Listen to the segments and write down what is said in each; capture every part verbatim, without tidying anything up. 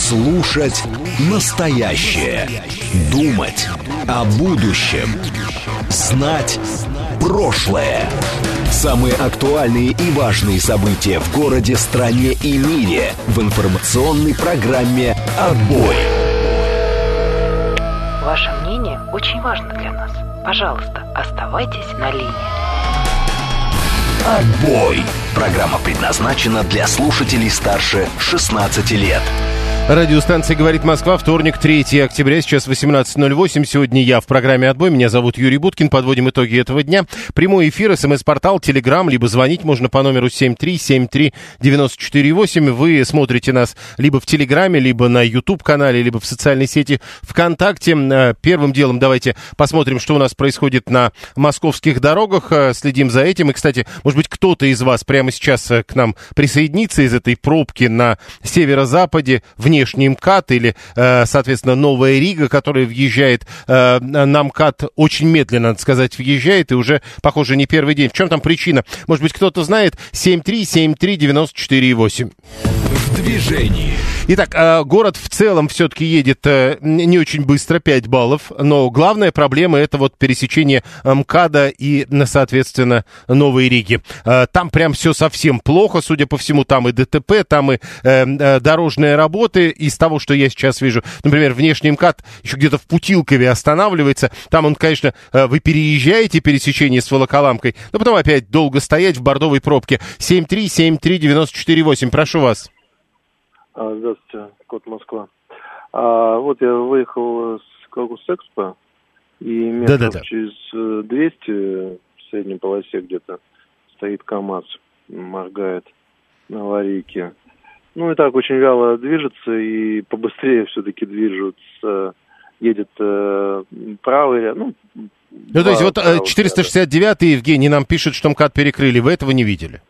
Слушать настоящее. Думать о будущем. Знать прошлое. Самые актуальные и важные события в городе, стране и мире в информационной программе «Отбой». Ваше мнение очень важно для нас. Пожалуйста, оставайтесь на линии. «Отбой». Программа предназначена для слушателей старше шестнадцати лет. Радиостанция «Говорит Москва», вторник, третьего октября, сейчас восемнадцать ноль восемь. Сегодня я в программе «Отбой». Меня зовут Юрий Буткин. Подводим итоги этого дня. Прямой эфир, смс-портал, телеграм, либо звонить можно по номеру семь три семь три девять четыре восемь. Вы смотрите нас либо в телеграме, либо на YouTube-канале, либо в социальной сети ВКонтакте. Первым делом давайте посмотрим, что у нас происходит на московских дорогах. Следим за этим. И, кстати, может быть, кто-то из вас прямо сейчас к нам присоединится из этой пробки на северо-западе, вне внешний МКАД или, э, соответственно, Новая Рига, которая въезжает э, на МКАД очень медленно, надо сказать, въезжает, и уже, похоже, не первый день. В чем там причина? Может быть, кто-то знает? семь три семь три девять четыре восемь. В движении. Итак, э, город в целом все-таки едет э, не очень быстро, пять баллов, но главная проблема — это вот пересечение МКАДа и, соответственно, Новой Риги. Э, там прям все совсем плохо, судя по всему, там и ДТП, там и э, э, дорожные работы. Из того, что я сейчас вижу, например, внешний МКАД еще где-то в Путилкове останавливается. Там он, конечно, вы переезжаете пересечение с Волоколамкой, но потом опять долго стоять в бордовой пробке. семь три семь три девять четыре восемь. Прошу вас. Здравствуйте, код Москва. А, вот я выехал с Крокус-Экспо, и метров Да-да-да. через двести в средней полосе где-то стоит КАМАЗ, моргает на аварийке. Ну и так очень вяло движется, и побыстрее все-таки движется, едет э, правый ряд. Ну, Ну, то есть вот э, четыреста шестьдесят девятый Евгений нам пишет, что МКАД перекрыли. Вы этого не видели?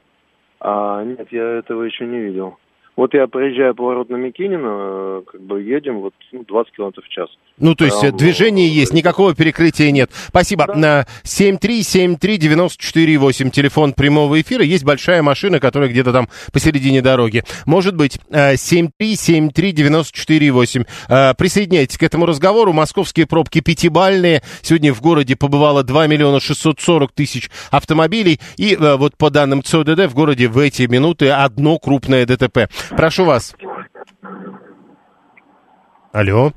А, нет, я этого еще не видел. Вот я проезжаю поворот на Микинина, как бы едем вот ну, двадцать километров в час. Ну, то есть Прям, движение ну, есть, никакого перекрытия нет. Спасибо. Да. семь три семь три девять четыре восемь, телефон прямого эфира. Есть большая машина, которая где-то там посередине дороги. Может быть, семь три семь три девять четыре восемь. Присоединяйтесь к этому разговору. Московские пробки пятибалльные. Сегодня в городе побывало два миллиона шестьсот сорок тысяч автомобилей. И вот по данным ЦОДД в городе в эти минуты одно крупное ДТП. Прошу вас. Алло.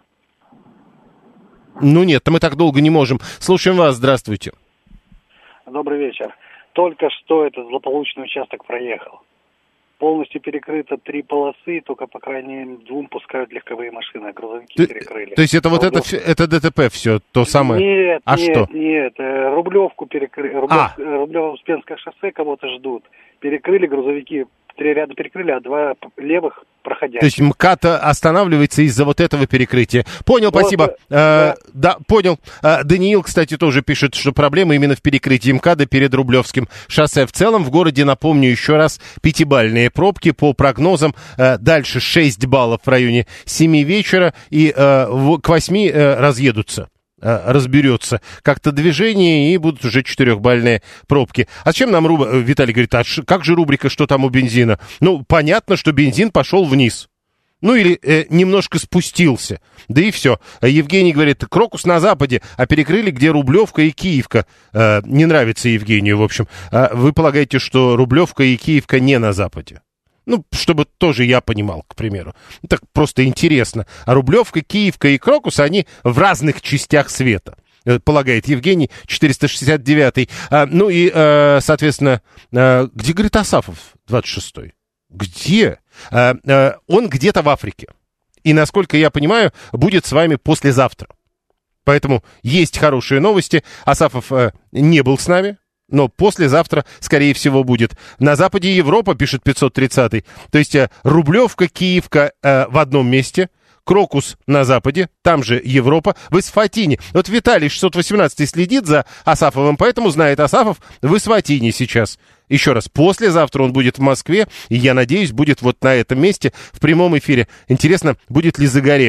Ну нет, мы так долго не можем. Слушаем вас, здравствуйте. Добрый вечер. Только что этот злополучный участок проехал. Полностью перекрыто три полосы, только по крайней мере двум пускают легковые машины, а грузовики Ты, перекрыли. То есть это вот это, это ДТП все, то самое? Нет, а нет, что? нет, Рублевку перекрыли, Рублев, А. Рублево-Успенское шоссе кого-то ждут. Перекрыли грузовики, три ряда перекрыли, а два левых проходящих. То есть МКАД останавливается из-за вот этого перекрытия. Понял, Вот, спасибо. да. Э, да, понял. Э, Даниил, кстати, тоже пишет, что проблема именно в перекрытии МКАДа перед Рублевским шоссе. В целом в городе, напомню еще раз, пятибалльные пробки по прогнозам. Э, дальше шесть баллов в районе семи вечера и э, в, к восьми э, разъедутся. Разберется как-то движение, и будут уже четырехбальные пробки. А зачем нам рубрика? Виталий говорит, а ш... как же рубрика, что там у бензина? Ну, понятно, что бензин пошел вниз. Ну, или э, немножко спустился. Да и все. Евгений говорит, Крокус на западе, а перекрыли, где Рублевка и Киевка. Э, не нравится Евгению, в общем. Э, вы полагаете, что Рублевка и Киевка не на западе? Ну, чтобы тоже я понимал, к примеру. Так просто интересно. А Рублевка, Киевка и Крокус, они в разных частях света, полагает Евгений, четыреста шестьдесят девятый. А, ну и, а, соответственно, а, где, говорит, Асафов, двадцать шестой? Где? А, а, он где-то в Африке. И, насколько я понимаю, будет с вами послезавтра. Поэтому есть хорошие новости. Асафов а, не был с нами. Но послезавтра, скорее всего, будет. На западе Европа, пишет пятьсот тридцатый. То есть Рублевка, Киевка э, в одном месте, Крокус на западе, там же Европа, в Исфатине. Вот Виталий шестьсот восемнадцатый следит за Асафовым, поэтому знает Асафов в Исфатине сейчас. Еще раз, послезавтра он будет в Москве, и, я надеюсь, будет вот на этом месте в прямом эфире. Интересно, будет ли загоревший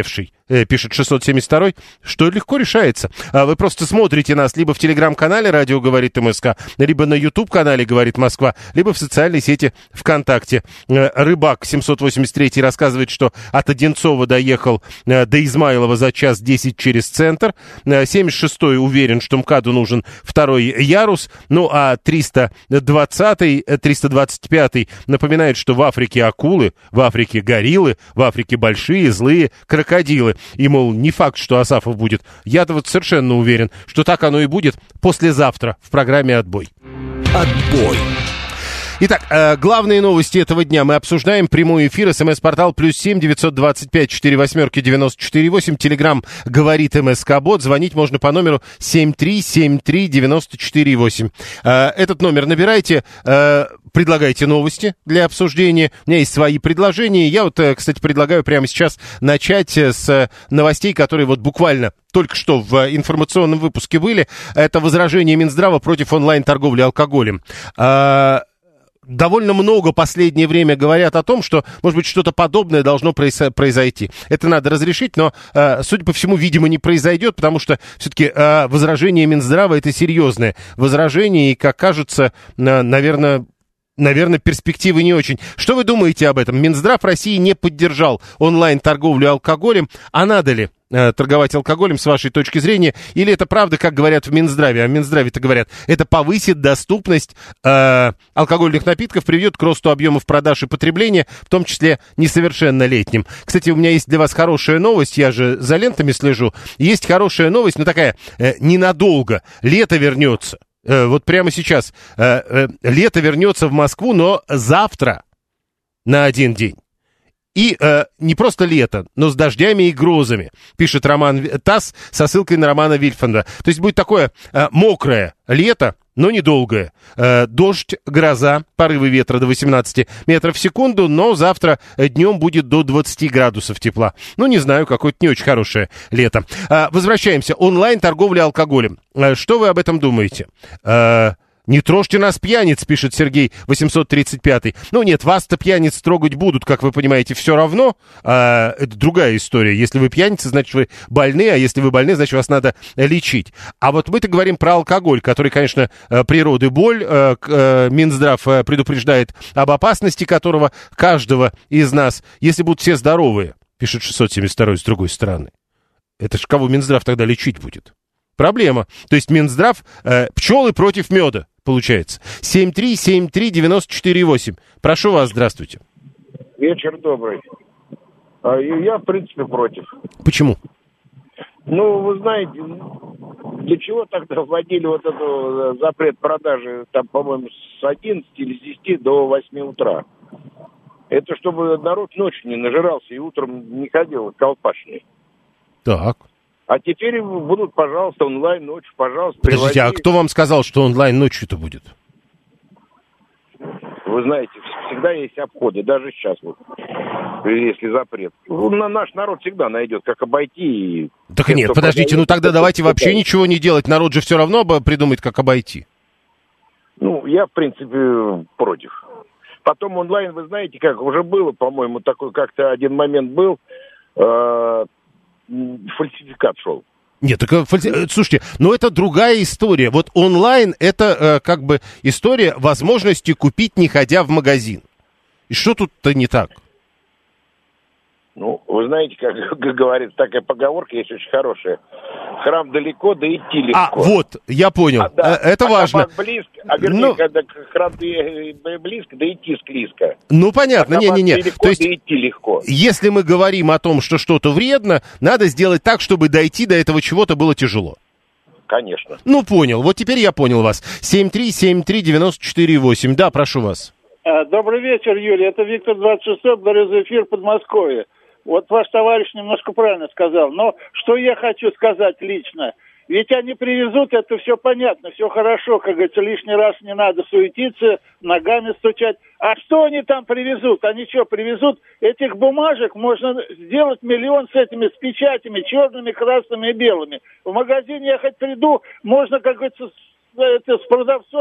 пишет шестьсот семьдесят второй, что легко решается. Вы просто смотрите нас либо в телеграм-канале «Радио говорит МСК», либо на YouTube-канале «Говорит Москва», либо в социальной сети ВКонтакте. Рыбак семьсот восемьдесят три рассказывает, что от Одинцова доехал до Измайлова за час десять через центр. семьдесят шестой уверен, что МКАДу нужен второй ярус. Ну а триста двадцатый, триста двадцать пятый напоминает, что в Африке акулы, в Африке гориллы, в Африке большие злые крокодилы. И, мол, не факт, что Асафов будет. Я-то вот совершенно уверен, что так оно и будет послезавтра в программе «Отбой». Отбой. Итак, э, главные новости этого дня мы обсуждаем. Прямой эфир, смс-портал плюс семь девятьсот двадцать пять четыре восьмерки девяносто четыре восемь. Телеграм говорит МСК-бот. Звонить можно по номеру семь три семь три девяносто четыре восемь. Э, этот номер набирайте, э, предлагайте новости для обсуждения. У меня есть свои предложения. Я вот, э, кстати, предлагаю прямо сейчас начать с новостей, которые вот буквально только что в информационном выпуске были. Это возражение Минздрава против онлайн-торговли алкоголем. Э, Довольно много последнее время говорят о том, что, может быть, что-то подобное должно произойти. Это надо разрешить, но, э, судя по всему, видимо, не произойдет, потому что все-таки э, возражение Минздрава — это серьезное возражение, и, как кажется, э, наверное... Наверное, перспективы не очень. Что вы думаете об этом? Минздрав России не поддержал онлайн-торговлю алкоголем. А надо ли э, торговать алкоголем, с вашей точки зрения? Или это правда, как говорят в Минздраве? А в Минздраве-то говорят, это повысит доступность э, алкогольных напитков, приведет к росту объемов продаж и потребления, в том числе несовершеннолетним. Кстати, у меня есть для вас хорошая новость. Я же за лентами слежу. Есть хорошая новость, но такая э, ненадолго. Лето вернется. Вот прямо сейчас э, э, лето вернется в Москву, но завтра на один день. И э, не просто лето, но с дождями и грозами, пишет Роман ТАСС со ссылкой на Романа Вильфанда. То есть будет такое э, мокрое лето, но недолгое. Э, дождь, гроза, порывы ветра до восемнадцати метров в секунду, но завтра днем будет до двадцати градусов тепла. Ну, не знаю, какое-то не очень хорошее лето. Э, возвращаемся. Онлайн-торговля алкоголем. Э, что вы об этом думаете? Э, «Не трожьте нас, пьяниц», пишет Сергей восемьсот тридцать пятый. Ну нет, вас-то пьяниц трогать будут, как вы понимаете, все равно. А, это другая история. Если вы пьяницы, значит, вы больны, а если вы больны, значит, вас надо лечить. А вот мы-то говорим про алкоголь, который, конечно, природы боль. Минздрав предупреждает об опасности которого каждого из нас, если будут все здоровые, пишет шестьсот семьдесят второй с другой стороны. Это ж кого Минздрав тогда лечить будет? Проблема. То есть Минздрав, э, пчелы против меда, получается. семь три семь три девяносто четыре восемь. Прошу вас, здравствуйте. Вечер добрый. Я, в принципе, против. Почему? Ну, вы знаете, для чего тогда вводили вот этот запрет продажи, там, по-моему, с одиннадцати или с десяти до восьми утра? Это чтобы народ ночью не нажирался и утром не ходил колпашный. Так. А теперь будут, пожалуйста, онлайн ночью, пожалуйста, Подождите, приводи. а кто вам сказал, что онлайн ночью-то будет? Вы знаете, всегда есть обходы, даже сейчас вот, если запрет. Ну, наш народ всегда найдет, как обойти. Так нет, подождите, ну тогда давайте вообще ничего не делать, народ же все равно придумает, как обойти. Ну, я, в принципе, против. Потом онлайн, вы знаете, как уже было, по-моему, такой как-то один момент был, э- фальсификат шел. Нет, так, фальси... слушайте, но это другая история. Вот онлайн это э, как бы история возможности купить, не ходя в магазин. И что тут-то не так? Ну, вы знаете, как говорится, такая поговорка есть очень хорошая. Храм далеко, да идти легко. А, вот, я понял. А, да. Это а важно. Близко, а вернее, ну, когда храм близко, да идти склизко. Ну, понятно, не-не-не. То есть, да идти легко. Если мы говорим о том, что что-то вредно, надо сделать так, чтобы дойти до этого чего-то было тяжело. Конечно. Ну, понял. Вот теперь я понял вас. семь три семь три девяносто четыре восемь. Да, прошу вас. Добрый вечер, Юлия. Это Виктор двадцать шестой, благодарю за эфир в Подмосковье. Вот ваш товарищ немножко правильно сказал. Но что я хочу сказать лично? Ведь они привезут, это все понятно, все хорошо, как говорится, лишний раз не надо суетиться, ногами стучать. А что они там привезут? Они что, привезут? Этих бумажек можно сделать миллион с этими, с печатями, черными, красными и белыми. В магазин я хоть приду, можно, как говорится, с, это, с продавцом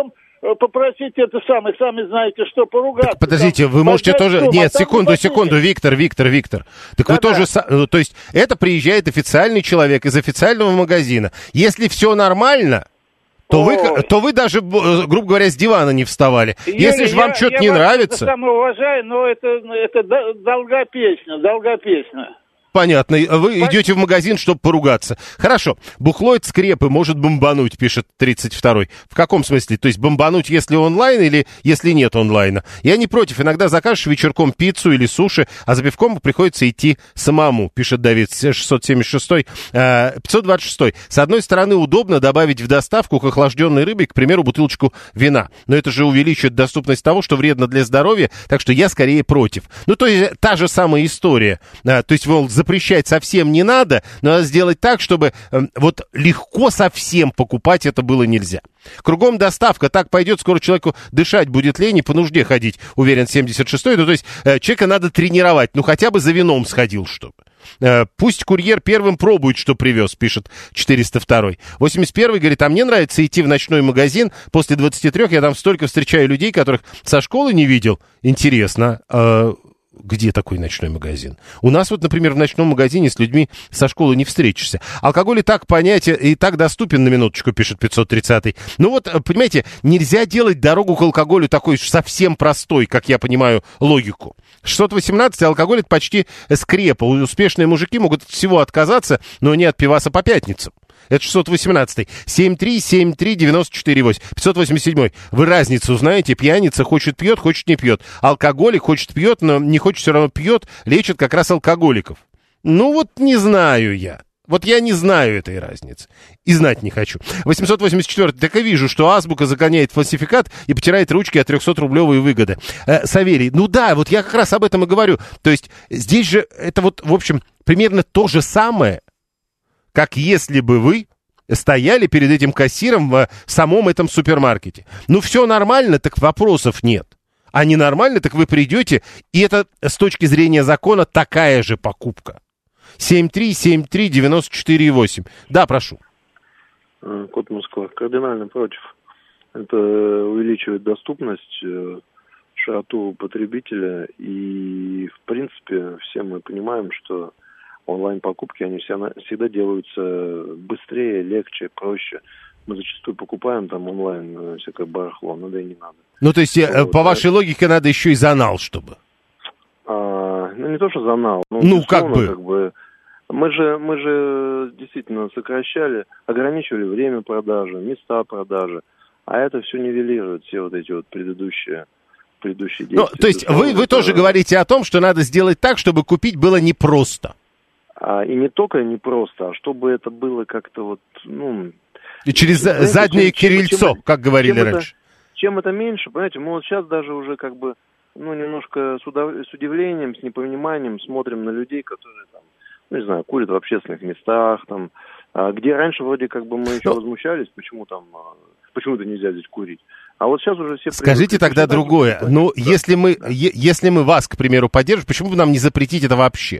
попросить это самое, сами знаете, что поругаться. Так, подождите, там, вы можете тоже... сумму, Нет, а секунду, секунду, Виктор, Виктор, Виктор. Так да, вы тоже... Да. То есть это приезжает официальный человек из официального магазина. Если все нормально... То вы, то вы даже, грубо говоря, с дивана не вставали. Юрий, Если же вам я, что-то я не вас нравится... Я самоуважаю, но это, это долга песня, долга песня. Понятно. Вы идете в магазин, чтобы поругаться. Хорошо. Бухло от скрепы может бомбануть, пишет тридцать второй. В каком смысле? То есть бомбануть, если онлайн или если нет онлайна? Я не против. Иногда закажешь вечерком пиццу или суши, а за пивком приходится идти самому, пишет Давид. шестьсот семьдесят шестой, пятьсот двадцать шестой. С одной стороны, удобно добавить в доставку к охлажденной рыбе, к примеру, бутылочку вина. Но это же увеличивает доступность того, что вредно для здоровья, так что я скорее против. Ну, то есть та же самая история. То есть, мол, запрещать совсем не надо, но надо сделать так, чтобы э, вот легко совсем покупать это было нельзя. Кругом доставка, так пойдет, скоро человеку дышать будет лень и по нужде ходить, уверен семьдесят шестой. Ну, то есть э, человека надо тренировать, ну, хотя бы за вином сходил, чтобы. Э, пусть курьер первым пробует, что привез, пишет четыреста второй. восемьдесят первый говорит, а мне нравится идти в ночной магазин после двадцати трёх, я там столько встречаю людей, которых со школы не видел. Интересно, э, где такой ночной магазин? У нас вот, например, в ночном магазине с людьми со школы не встретишься. Алкоголь и так понятие, и так доступен, на минуточку, пишет пятьсот тридцатый. Ну вот, понимаете, нельзя делать дорогу к алкоголю такой совсем простой, как я понимаю логику. шестьсот восемнадцать, алкоголь это почти скрепа. Успешные мужики могут от всего отказаться, но не от пиваса по пятницам. Это шестьсот восемнадцатый. семь три семь три девяносто четыре восемь. пятьсот восемьдесят седьмой. Вы разницу знаете? Пьяница хочет пьет, хочет не пьет. Алкоголик хочет пьет, но не хочет все равно пьет. Лечит как раз алкоголиков. Ну вот не знаю я. Вот я не знаю этой разницы. И знать не хочу. восемьсот восемьдесят четвёртый. Так и вижу, что Азбука загоняет фальсификат и потирает ручки от трехсотрублевой выгоды. Э, Савелий, ну да, вот я как раз об этом и говорю. То есть здесь же это вот, в общем, примерно то же самое, как если бы вы стояли перед этим кассиром в самом этом супермаркете. Ну, все нормально, так вопросов нет. А ненормально, так вы придете, и это с точки зрения закона такая же покупка. семь три семь три девяносто четыре восемь. Да, прошу. Код Москва. Кардинально против. Это увеличивает доступность, широту потребителя. И, в принципе, все мы понимаем, что онлайн-покупки, они всегда делаются быстрее, легче, проще. Мы зачастую покупаем там онлайн всякое барахло, надо и не надо. Ну, то есть, вот, по вашей да. логике, надо еще и занал, чтобы? А, ну, не то, что занал. Ну, ну как бы. Как бы. Мы же, мы же действительно сокращали, ограничивали время продажи, места продажи, а это все нивелирует, все вот эти вот предыдущие, предыдущие действия. Ну, то есть, вы, вы это... тоже говорите о том, что надо сделать так, чтобы купить было непросто. А, и не только непросто, а чтобы это было как-то вот, ну... И через знаете, заднее чем, крыльцо, чем, как говорили чем раньше. Это, чем это меньше, понимаете, мы вот сейчас даже уже как бы, ну, немножко с, удов... с удивлением, с непониманием смотрим на людей, которые там, ну, не знаю, курят в общественных местах, там, где раньше вроде как бы мы еще Но... возмущались, почему там, почему-то нельзя здесь курить. А вот сейчас уже все... Скажите тогда другое. Ну, да. если мы, да. е- если мы вас, к примеру, поддержим, почему бы нам не запретить это вообще?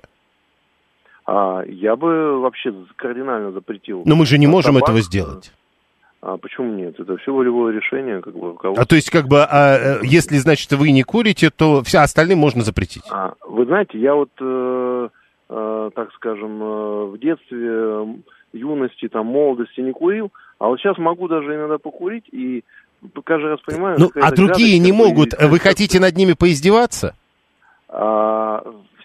А, я бы вообще кардинально запретил. Но мы же не можем табак этого сделать. А почему нет? Это все волевое решение, как бы. А то есть, как бы, а, если, значит, вы не курите, то все остальные можно запретить. А, вы знаете, я вот, э, э, так скажем, э, в детстве, юности, там, молодости не курил, а вот сейчас могу даже иногда покурить и каждый раз понимаю... Ну, а другие не могут. Вы хотите над ними поиздеваться? А,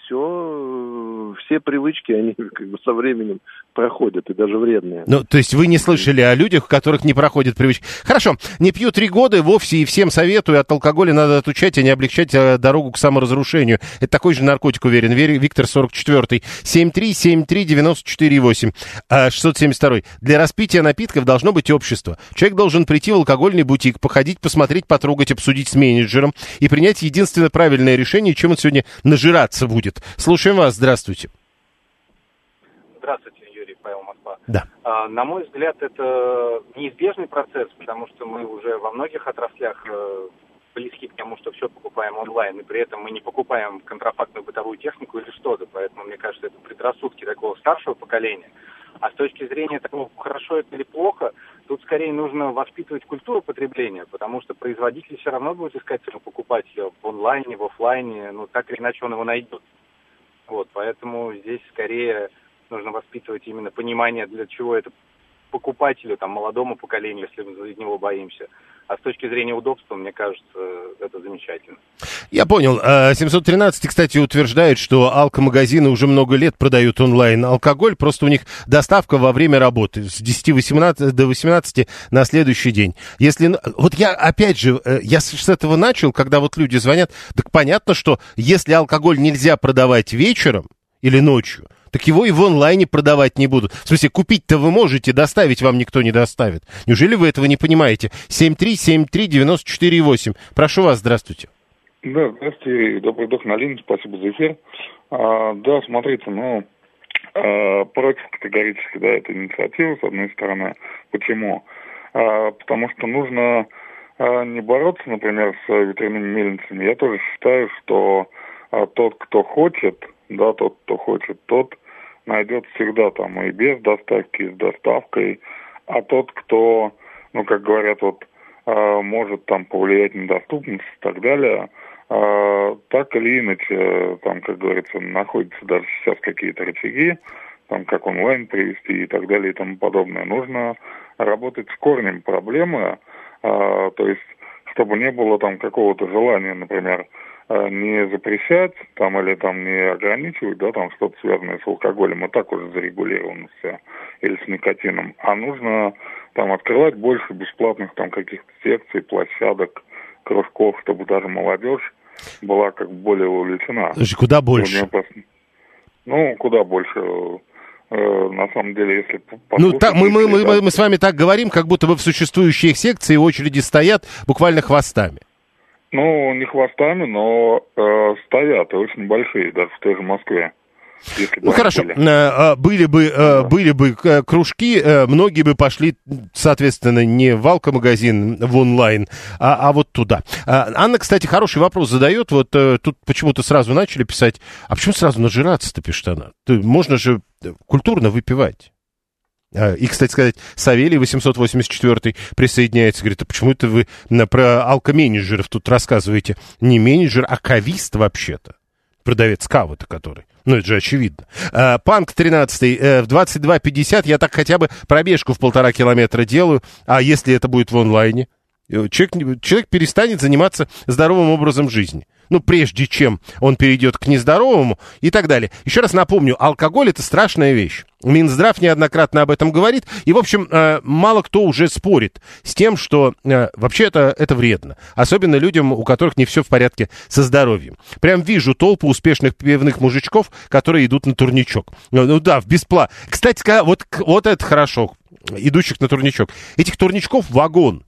все, все привычки, они как бы со временем проходят, и даже вредные. Ну, то есть вы не слышали о людях, у которых не проходят привычки. Хорошо, не пью три года вовсе, и всем советую, от алкоголя надо отучать, а не облегчать дорогу к саморазрушению. Это такой же наркотик, уверен. Виктор сорок четвёртый. семь три семь три девяносто четыре восемь. шестьсот семьдесят второй. Для распития напитков должно быть общество. Человек должен прийти в алкогольный бутик, походить, посмотреть, потрогать, обсудить с менеджером и принять единственное правильное решение, чем он сегодня нажираться будет. Слушаем вас. Здравствуйте. Здравствуйте, Юрий, Павел, Москва. Да. А, на мой взгляд, это неизбежный процесс, потому что мы уже во многих отраслях э, близки к тому, что все покупаем онлайн, и при этом мы не покупаем контрафактную бытовую технику или что-то. Поэтому, мне кажется, это предрассудки такого старшего поколения. А с точки зрения того, хорошо это или плохо, Тут скорее нужно воспитывать культуру потребления, потому что производитель все равно будет искать своего покупателя в онлайне, в офлайне, ну так или иначе он его найдет. Вот, поэтому здесь скорее нужно воспитывать именно понимание, для чего это покупателю, там, молодому поколению, если мы за него боимся. А с точки зрения удобства, мне кажется, это замечательно. Я понял. семьсот тринадцать, кстати, утверждает, что алкомагазины уже много лет продают онлайн алкоголь, просто у них доставка во время работы с десяти до восемнадцати на следующий день. Если, вот я, опять же, я с этого начал, когда вот люди звонят, так понятно, что если алкоголь нельзя продавать вечером или ночью, так его и в онлайне продавать не будут. В смысле, купить-то вы можете, доставить вам никто не доставит. Неужели вы этого не понимаете? семь три семь три девять четыре восемь. Прошу вас, здравствуйте. Да, здравствуйте, добрый док на линии, спасибо за эфир. А, да, смотрите, ну, а, против категорически, да, этой инициативы, с одной стороны. Почему? А, потому что нужно а, не бороться, например, с ветряными мельницами. Я тоже считаю, что а, тот, кто хочет, да, тот, кто хочет, тот найдет всегда там и без доставки, и с доставкой. А тот, кто, ну, как говорят, вот, э, может там повлиять на доступность и так далее, э, так или иначе, там, как говорится, находятся даже сейчас какие-то рычаги, там, как онлайн привести и так далее и тому подобное. Нужно работать с корнем проблемы, э, то есть, чтобы не было там какого-то желания, например, не запрещать там или там не ограничивать, да, там что-то связанное с алкоголем, и так уже зарегулировано все, или с никотином, а нужно там открывать больше бесплатных там каких-то секций, площадок, кружков, чтобы даже молодежь была как бы более увлечена. Слушай, куда больше? Ну, куда больше. Э, на самом деле, если... Ну, так, мы, мы, мы, мы, мы с вами так говорим, как будто бы в существующих секциях очереди стоят буквально хвостами. Ну, не хвостами, но э, стоят, и очень большие, даже в той же Москве. Ну, хорошо, были, были бы, да. были бы кружки, многие бы пошли, соответственно, не в алкомагазин, в онлайн, а, а вот туда. Анна, кстати, хороший вопрос задает, вот тут почему-то сразу начали писать, а почему сразу нажираться-то, пишет она? Можно же культурно выпивать. И, кстати сказать, Савелий восемьсот восемьдесят четыре присоединяется, говорит, а почему это вы про алкоменеджеров тут рассказываете? Не менеджер, а кавист вообще-то. Продавец кавы-то который. Ну, это же очевидно. А, Панк тринадцатый, э, в двадцать два пятьдесят я так хотя бы пробежку в полтора километра делаю, а если это будет в онлайне? Человек, человек перестанет заниматься здоровым образом жизни. Ну, прежде чем он перейдет к нездоровому и так далее. Еще раз напомню, алкоголь – это страшная вещь. Минздрав неоднократно об этом говорит. И, в общем, э, мало кто уже спорит с тем, что э, вообще это, это вредно. Особенно людям, у которых не все в порядке со здоровьем. Прям вижу толпу успешных пивных мужичков, которые идут на турничок. Ну, ну да, в бесплатно. Кстати, вот, вот это хорошо, идущих на турничок. Этих турничков вагон.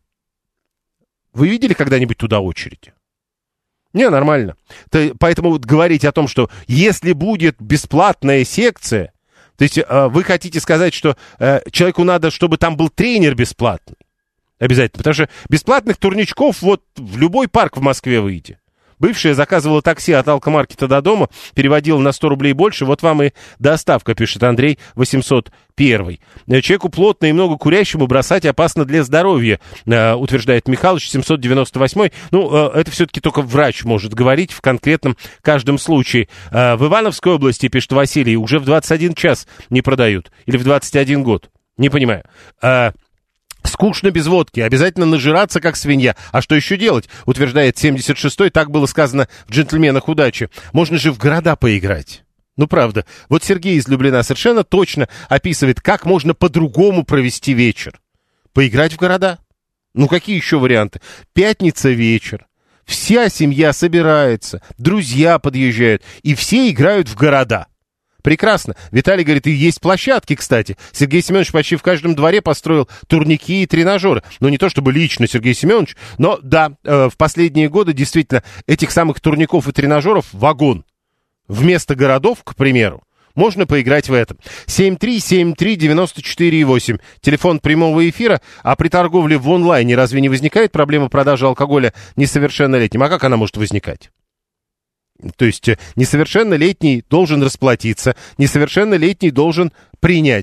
Вы видели когда-нибудь туда очередь? Не, нормально. Поэтому вот говорить о том, что если будет бесплатная секция, то есть э, вы хотите сказать, что э, человеку надо, чтобы там был тренер бесплатный. Обязательно. Потому что бесплатных турничков вот в любой парк в Москве выйти. Бывшая заказывала такси от алкомаркета до дома, переводила на сто рублей больше. Вот вам и доставка, пишет Андрей восемьсот один. Человеку плотно и много курящему бросать опасно для здоровья, э, утверждает Михалыч, семьсот девяносто восемь. Ну, э, это все-таки только врач может говорить в конкретном каждом случае. Э, в Ивановской области, пишет Василий, уже в двадцать один час не продают. Или в двадцать один год. Не понимаю. Э, Скучно без водки, обязательно нажираться, как свинья. А что еще делать, утверждает семьдесят шестой, так было сказано в «Джентльменах удачи». Можно же в города поиграть. Ну, правда. Вот Сергей из Люблина совершенно точно описывает, как можно по-другому провести вечер. Поиграть в города? Ну, какие еще варианты? Пятница вечер. Вся семья собирается, друзья подъезжают, и все играют в города. Прекрасно. Виталий говорит, и есть площадки, кстати. Сергей Семенович почти в каждом дворе построил турники и тренажеры. Ну, не то чтобы лично Сергей Семенович, но да, э, в последние годы действительно этих самых турников и тренажеров вагон. Вместо городов, к примеру, можно поиграть в этом. семь три семь три девять четыре восемь. Телефон прямого эфира. А при торговле в онлайне разве не возникает проблема продажи алкоголя несовершеннолетним? А как она может возникать? То есть несовершеннолетний должен расплатиться, несовершеннолетний должен принять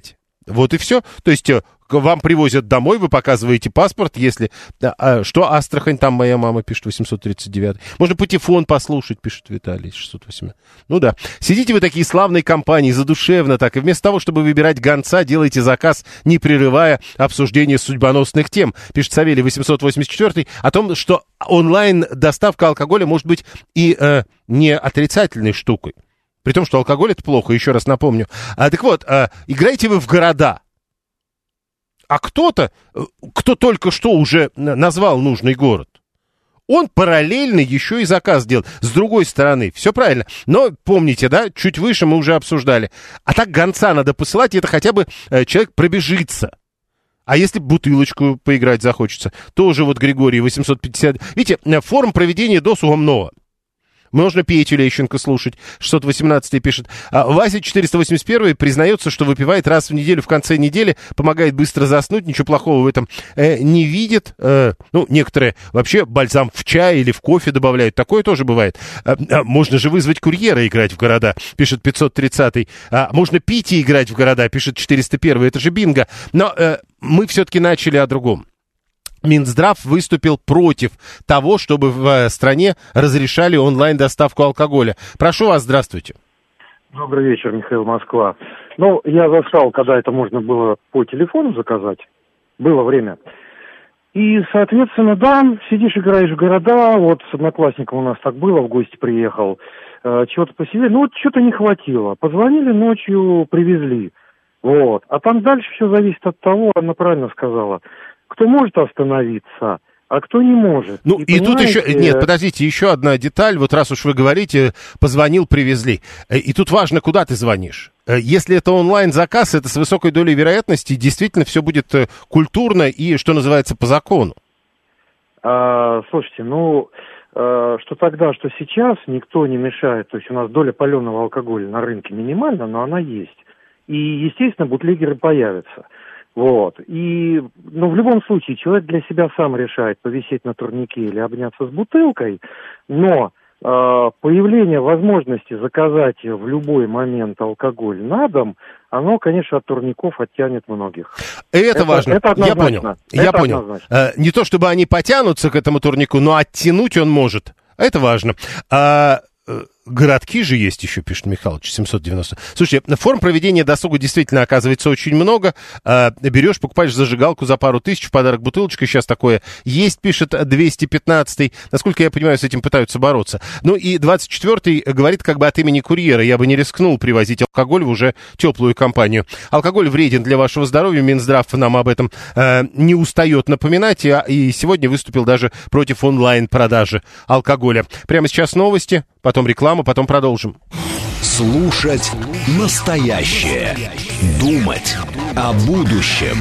Вот и все. То есть вам привозят домой, вы показываете паспорт, если... А, что Астрахань, там моя мама пишет, восемьсот тридцать девять. Можно патефон послушать, пишет Виталий, шестьсот восемнадцать. Ну да. Сидите вы такие славные компании, задушевно так, и вместо того, чтобы выбирать гонца, делайте заказ, не прерывая обсуждение судьбоносных тем. Пишет Савелий, восемьсот восемьдесят четыре, о том, что онлайн-доставка алкоголя может быть и э, не отрицательной штукой. При том, что алкоголь — это плохо, еще раз напомню. А, так вот, а, играете вы в города. А кто-то, кто только что уже назвал нужный город, он параллельно еще и заказ делает. С другой стороны, все правильно. Но помните, да, чуть выше мы уже обсуждали. А так гонца надо посылать, и это хотя бы э, человек пробежится. А если бутылочку поиграть захочется, тоже вот Григорий, восемьсот пятьдесят. Видите, форм проведения досуга много. Можно Петю Лещенко слушать. шестьсот восемнадцать пишет. А Вася четыреста восемьдесят один признается, что выпивает раз в неделю в конце недели, помогает быстро заснуть, ничего плохого в этом э, не видит. Э, ну, некоторые вообще бальзам в чай или в кофе добавляют. Такое тоже бывает. А, а, можно же вызвать курьера играть в города, пишет пятьсот тридцать. А, можно пить и играть в города, пишет четыреста один. Это же бинго. Но э, мы все-таки начали о другом. Минздрав выступил против того, чтобы в стране разрешали онлайн-доставку алкоголя. Прошу вас, здравствуйте. Добрый вечер, Михаил, Москва. Ну, я застал, когда это можно было по телефону заказать. Было время. И, соответственно, да, сидишь, играешь в города. Вот с одноклассником у нас так было, в гости приехал. Э, чего-то посидели. Ну, вот что-то не хватило. Позвонили ночью, привезли. Вот. А там дальше все зависит от того, она правильно сказала, кто может остановиться, а кто не может. Ну, и, и тут еще... Нет, подождите, еще одна деталь. Вот раз уж вы говорите, позвонил, привезли. И тут важно, куда ты звонишь. Если это онлайн-заказ, это с высокой долей вероятности действительно все будет культурно и, что называется, по закону. А, слушайте, ну, а, что тогда, что сейчас, никто не мешает. То есть у нас доля паленого алкоголя на рынке минимальна, но она есть. И, естественно, бутлегеры появятся. Вот. И, ну, в любом случае, человек для себя сам решает, повисеть на турнике или обняться с бутылкой, но э, появление возможности заказать в любой момент алкоголь на дом, оно, конечно, от турников оттянет многих. Это, это важно. Это я понял. Это я понял. Э, не то, чтобы они потянутся к этому турнику, но оттянуть он может. Это важно. А... Городки же есть еще, пишет Михалыч, семьсот девяносто. Слушайте, форм проведения досуга действительно оказывается очень много. А, берешь, покупаешь зажигалку за пару тысяч, в подарок бутылочка, сейчас такое есть, пишет двести пятнадцать. Насколько я понимаю, с этим пытаются бороться. Ну и двадцать четвёртый говорит как бы от имени курьера. Я бы не рискнул привозить алкоголь в уже теплую компанию. Алкоголь вреден для вашего здоровья. Минздрав нам об этом э, не устает напоминать. И, и сегодня выступил даже против онлайн-продажи алкоголя. Прямо сейчас новости, потом реклама, потом продолжим. Слушать настоящее. Думать о будущем.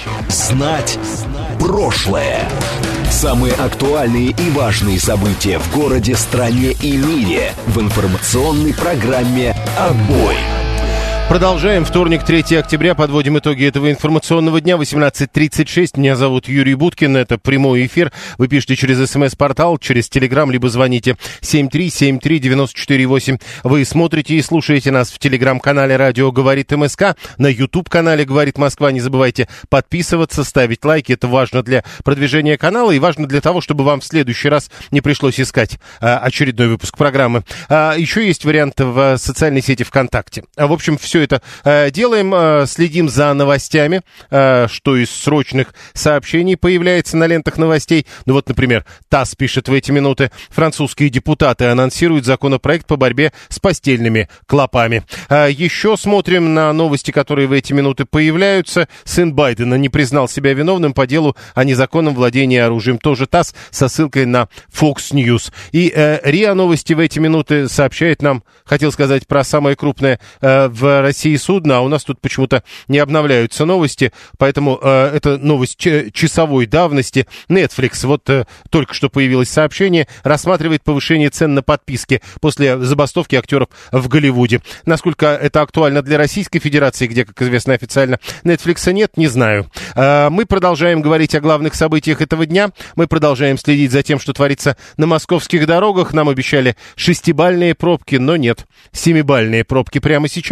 Знать прошлое. Самые актуальные и важные события в городе, стране и мире в информационной программе «Отбой». Продолжаем. Вторник, третьего октября. Подводим итоги этого информационного дня. восемнадцать тридцать шесть. Меня зовут Юрий Буткин. Это прямой эфир. Вы пишите через смс-портал, через телеграм, либо звоните семь три семь три девять четыре восемь. Вы смотрите и слушаете нас в телеграм-канале «Радио говорит МСК», на YouTube-канале «Говорит Москва». Не забывайте подписываться, ставить лайки. Это важно для продвижения канала и важно для того, чтобы вам в следующий раз не пришлось искать а, очередной выпуск программы. А, еще есть вариант в социальной сети ВКонтакте. А, в общем, все это э, делаем, э, следим за новостями, э, что из срочных сообщений появляется на лентах новостей. Ну вот, например, ТАСС пишет в эти минуты: французские депутаты анонсируют законопроект по борьбе с постельными клопами. Э, еще смотрим на новости, которые в эти минуты появляются. Сын Байдена не признал себя виновным по делу о незаконном владении оружием. Тоже ТАСС со ссылкой на Fox News. И э, РИА Новости в эти минуты сообщает нам, хотел сказать про самое крупное э, в России судно, а у нас тут почему-то не обновляются новости, поэтому э, это новость ч- часовой давности. Netflix, вот э, только что появилось сообщение, рассматривает повышение цен на подписки после забастовки актеров в Голливуде. Насколько это актуально для Российской Федерации, где, как известно, официально Netflix нет, не знаю. Э, мы продолжаем говорить о главных событиях этого дня, мы продолжаем следить за тем, что творится на московских дорогах. Нам обещали шестибальные пробки, но нет, семибальные пробки прямо сейчас.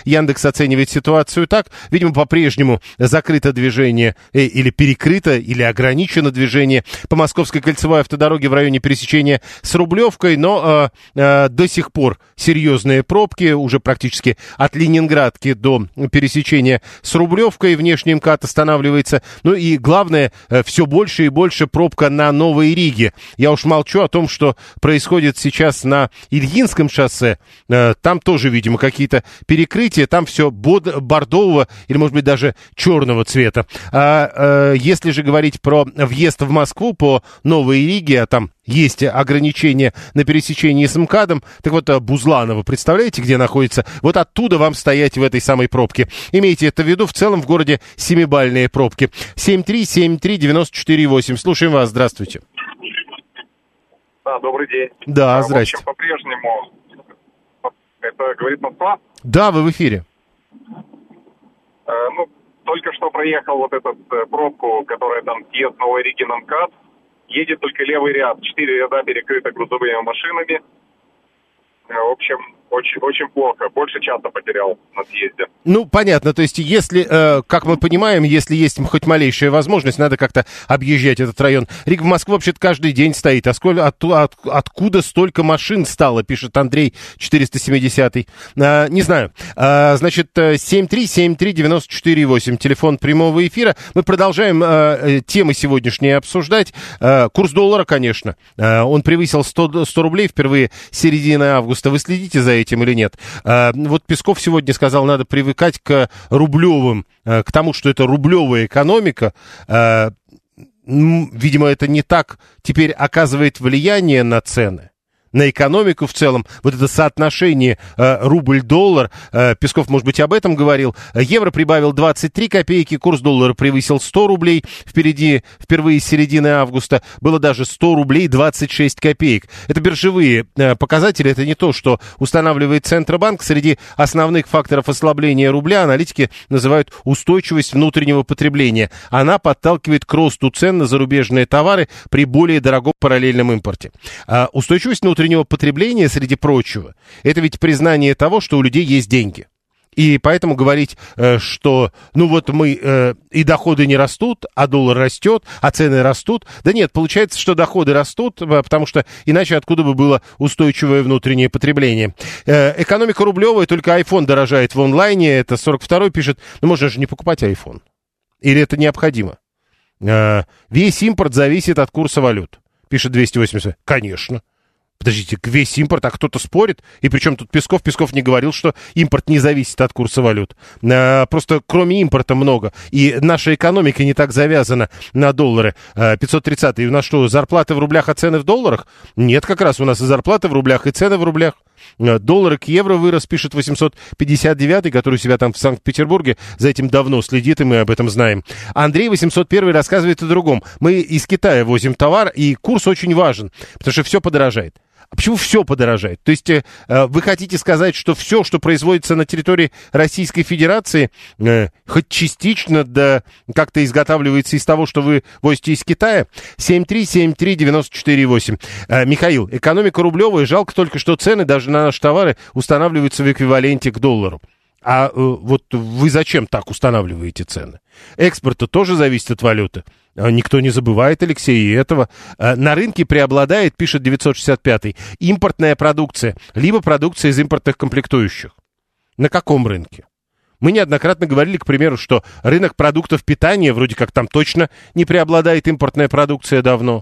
Яндекс оценивает ситуацию так. Видимо, по-прежнему закрыто движение э, или перекрыто, или ограничено движение по Московской кольцевой автодороге в районе пересечения с Рублевкой, но э, э, до сих пор серьезные пробки, уже практически от Ленинградки до пересечения с Рублевкой. Внешний МКАД останавливается. Ну и главное, э, все больше и больше пробка на Новой Риге. Я уж молчу о том, что происходит сейчас на Ильинском шоссе. Э, там тоже, видимо, какие-то перекрытия. Там все bod- бордового или, может быть, даже черного цвета. А э, если же говорить про въезд в Москву по Новой Риге, а там есть ограничения на пересечении с МКАДом. Так вот, Бузланово, представляете, где находится? Вот оттуда вам стоять в этой самой пробке. Имейте это в виду, в целом в городе семибальные пробки. семь три семь три девять четыре восемь. Слушаем вас, здравствуйте. Да, добрый день. Да, здрасте. В общем, по-прежнему, это говорит Москва? Да, вы в эфире. Э, ну, только что проехал вот эту э, пробку, которая там съезд Новой Риги на МКАД. Едет только левый ряд. Четыре ряда перекрыты грузовыми машинами. В общем, очень, очень плохо. Больше часа потерял на съезде. Ну, понятно. То есть, если, э, как мы понимаем, если есть хоть малейшая возможность, надо как-то объезжать этот район. Рига в Москву вообще-то каждый день стоит. А сколь, от, от, откуда столько машин стало, пишет Андрей четыреста семидесятый. Э, не знаю. Э, значит, семь три семь три девять четыре восемь. Телефон прямого эфира. Мы продолжаем э, темы сегодняшние обсуждать. Э, курс доллара, конечно. Э, он превысил сто, сто рублей впервые с середины августа. Вы следите за этим или нет? А, вот Песков сегодня сказал, надо привыкать к рублевым, а, к тому, что это рублевая экономика. А, ну, видимо, это не так теперь оказывает влияние на цены, на экономику в целом. Вот это соотношение э, рубль-доллар, э, Песков, может быть, об этом говорил. Евро прибавил двадцать три копейки, курс доллара превысил сто рублей. Впереди, впервые с середины августа было даже сто рублей двадцать шесть копеек. Это биржевые э, показатели, это не то, что устанавливает Центробанк. Среди основных факторов ослабления рубля аналитики называют устойчивость внутреннего потребления. Она подталкивает к росту цен на зарубежные товары при более дорогом параллельном импорте. А устойчивость внутреннего внутреннего потребления, среди прочего, это ведь признание того, что у людей есть деньги. И поэтому говорить, что, ну вот мы и доходы не растут, а доллар растет, а цены растут. Да нет, получается, что доходы растут, потому что иначе откуда бы было устойчивое внутреннее потребление. Экономика рублевая, только iPhone дорожает в онлайне, это сорок второй пишет, ну можно же не покупать iPhone. Или это необходимо? Весь импорт зависит от курса валют, пишет двести восемьдесят. Конечно. Подождите, весь импорт, а кто-то спорит? И причем тут Песков? Песков не говорил, что импорт не зависит от курса валют. А, просто кроме импорта много. И наша экономика не так завязана на доллары. А, пятьсот тридцатый. У нас что, зарплаты в рублях, а цены в долларах? Нет, как раз у нас и зарплаты в рублях, и цены в рублях. Доллар к евро вырос, пишет восемьсот пятьдесят девятый, который у себя там в Санкт-Петербурге за этим давно следит, и мы об этом знаем. Андрей восемьсот первый рассказывает о другом. Мы из Китая возим товар, и курс очень важен, потому что все подорожает. А почему все подорожает? То есть э, вы хотите сказать, что все, что производится на территории Российской Федерации, э, хоть частично, да как-то изготавливается из того, что вы возите из Китая? семь три семь три девять четыре восемь. Э, Михаил, экономика рублевая, жалко только, что цены даже на наши товары устанавливаются в эквиваленте к доллару. А э, вот вы зачем так устанавливаете цены? Экспорт тоже зависит от валюты. Никто не забывает, Алексей, и этого. На рынке преобладает, пишет девятьсот шестьдесят пятый, импортная продукция, либо продукция из импортных комплектующих. На каком рынке? Мы неоднократно говорили, к примеру, что рынок продуктов питания, вроде как там точно не преобладает импортная продукция давно.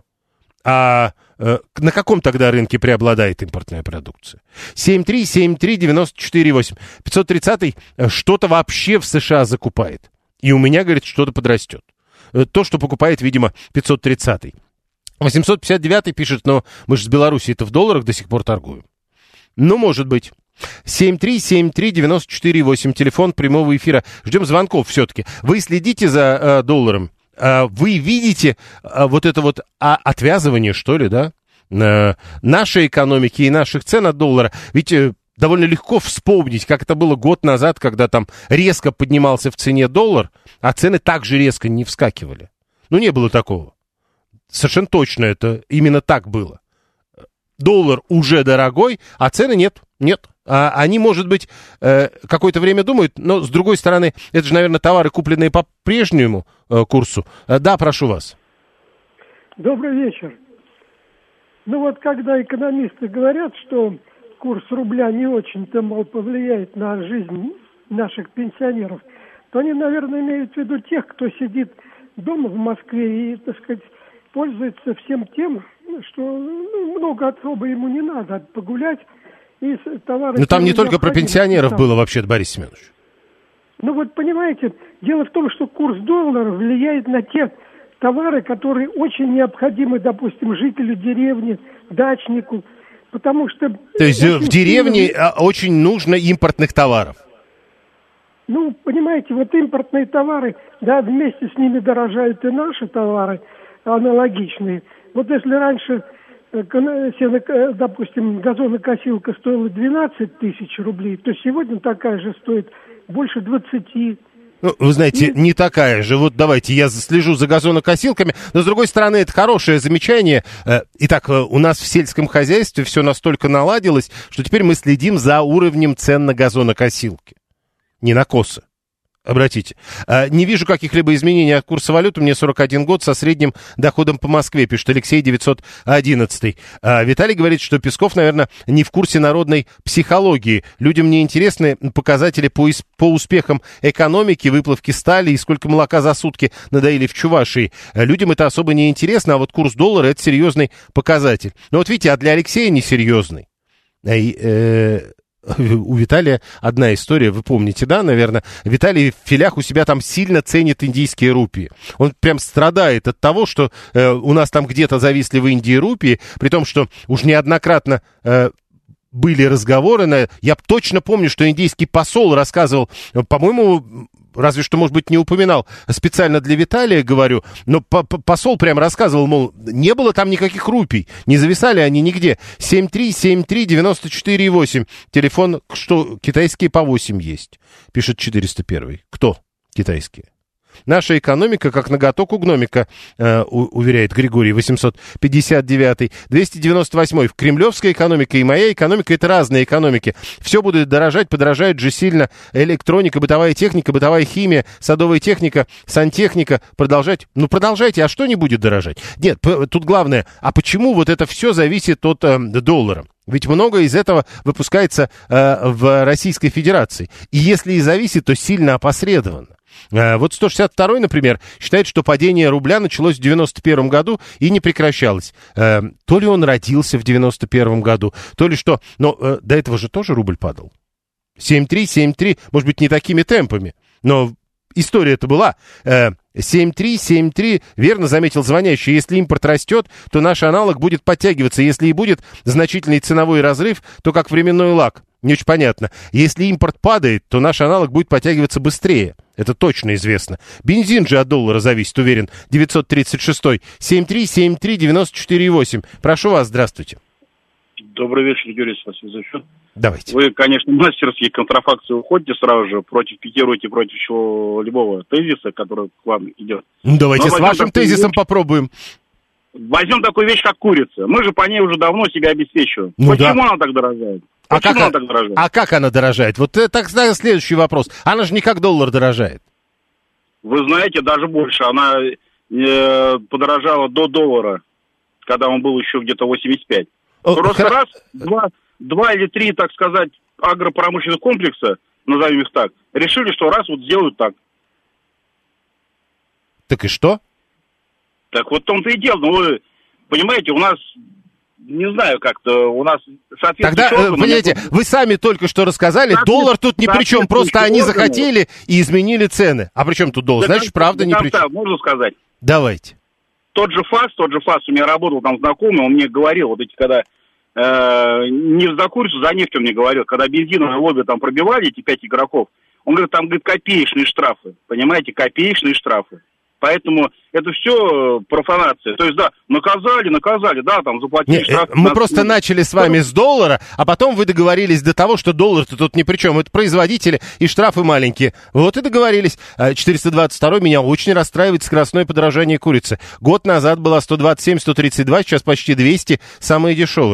А э, на каком тогда рынке преобладает импортная продукция? семь три семь три девять четыре восемь. пятьсот тридцатый что-то вообще в США закупает. И у меня, говорит, что-то подрастет. То, что покупает, видимо, пятьсот тридцатый. восемьсот пятьдесят девятый пишет, но мы же с Беларуси это в долларах до сих пор торгуем. Ну, может быть. семь три семь три девять четыре восемь, телефон прямого эфира. Ждем звонков все-таки. Вы следите за э, долларом? Э, вы видите э, вот это вот а, отвязывание, что ли, да? Э, нашей экономики и наших цен от доллара. Ведь... Э, довольно легко вспомнить, как это было год назад, когда там резко поднимался в цене доллар, а цены так же резко не вскакивали. Ну, не было такого. Совершенно точно это именно так было. Доллар уже дорогой, а цены нет. Нет. А они, может быть, э, какое-то время думают, но, с другой стороны, это же, наверное, товары, купленные по прежнему э, курсу. Э, да, прошу вас. Добрый вечер. Ну вот, когда экономисты говорят, что курс рубля не очень-то, мол, повлияет на жизнь наших пенсионеров, то они, наверное, имеют в виду тех, кто сидит дома в Москве и, так сказать, пользуется всем тем, что ну, много особо ему не надо погулять. И товары... Ну там не только про пенсионеров там было вообще-то, Борис Семенович. Ну вот понимаете, дело в том, что курс доллара влияет на те товары, которые очень необходимы, допустим, жителю деревни, дачнику, потому что... То есть в деревне сильно... очень нужно импортных товаров? Ну, понимаете, вот импортные товары, да, вместе с ними дорожают и наши товары аналогичные. Вот если раньше... допустим, газонокосилка стоила двенадцать тысяч рублей, то сегодня такая же стоит больше двадцати. Ну, вы знаете, не такая же. Вот давайте, я слежу за газонокосилками, но, с другой стороны, это хорошее замечание. Итак, у нас в сельском хозяйстве все настолько наладилось, что теперь мы следим за уровнем цен на газонокосилки. Не на косы. Обратите. Не вижу каких-либо изменений от курса валюты. Мне сорок один год со средним доходом по Москве, пишет Алексей девятьсот одиннадцать. Виталий говорит, что Песков, наверное, не в курсе народной психологии. Людям не интересны показатели по, по успехам экономики, выплавки стали и сколько молока за сутки надоили в Чувашии. Людям это особо не интересно, а вот курс доллара — это серьезный показатель. Но вот видите, а для Алексея несерьезный. Э, У Виталия одна история, вы помните, да, наверное? Виталий в филях у себя там сильно ценит индийские рупии. Он прям страдает от того, что э, у нас там где-то зависли в Индии рупии, при том, что уж неоднократно э, были разговоры. На... Я точно помню, что индийский посол рассказывал, по-моему... Разве что, может быть, не упоминал, специально для Виталия говорю, но посол прям рассказывал, мол, не было там никаких рупий, не зависали они нигде. семь три семь три девять четыре восемь, телефон, что китайские по восемь есть, пишет четыреста один. Кто китайские? Наша экономика, как ноготок у гномика, э, у, уверяет Григорий восемьсот пятьдесят девять. двести девяносто восемь. Кремлевская экономика и моя экономика — это разные экономики. Все будет дорожать, подорожает же сильно электроника, бытовая техника, бытовая химия, садовая техника, сантехника. Продолжать? Ну, продолжайте, а что не будет дорожать? Нет, тут главное, а почему вот это все зависит от э, доллара? Ведь много из этого выпускается э, в Российской Федерации. И если и зависит, то сильно опосредованно. Вот сто шестьдесят второй, например, считает, что падение рубля началось в девяносто первом году и не прекращалось. То ли он родился в девяносто первом году, то ли что. Но до этого же тоже рубль падал. семь три семь три, может быть, не такими темпами, но история-то была. семь три семь три, верно заметил звонящий, если импорт растет, то наш аналог будет подтягиваться. Если и будет значительный ценовой разрыв, то как временной лаг. Не очень понятно. Если импорт падает, то наш аналог будет подтягиваться быстрее. Это точно известно. Бензин же от доллара зависит, уверен. девятьсот тридцать шесть. семь три семь три девять четыре восемь. Прошу вас, здравствуйте. Добрый вечер, Юрий Васильевич. Давайте. Вы, конечно, мастерски контрафакции уходите сразу же, против, пикируете против чего-либо тезиса, который к вам идет. Ну, давайте Но с вашим тезисом вещь, попробуем. Возьмем такую вещь, как курица. Мы же по ней уже давно себя обеспечиваем. Ну, Почему да. она так дорожает? А как, она, так дорожает? а как она дорожает? Вот это, так, следующий вопрос. Она же не как доллар дорожает. Вы знаете, даже больше. Она э, подорожала до доллара, когда он был еще где-то восемьдесят пять. О, Просто хра... раз, два, два или три, так сказать, агропромышленных комплекса, назовем их так, решили, что раз вот сделают так. Так и что? Так вот в том-то и дело. Ну, вы понимаете, у нас... Не знаю, как-то у нас соответственно... Тогда, вы понимаете, меня... вы сами только что рассказали, доллар тут ни при чем, просто они захотели и изменили цены. А при чем тут доллар? Значит, правда ни при чем. Можно сказать? Давайте. Тот же ФАС, тот же ФАС у меня работал там знакомый, он мне говорил, вот эти, когда э, не за курицу, за нефть он мне говорил, когда бензиновое лобби там пробивали, эти пять игроков, он говорит, там, говорит, копеечные штрафы, понимаете, копеечные штрафы. Поэтому это все профанация. То есть, да, наказали, наказали, да, там заплатили штраф. Мы просто начали с вами с доллара, а потом вы договорились до того, что доллар-то тут ни при чем. Это производители и штрафы маленькие. Вот и договорились. четыреста двадцать два меня очень расстраивает скоростное подорожание курицы. Год назад была сто двадцать семь - сто тридцать два, сейчас почти двести, самые дешевые.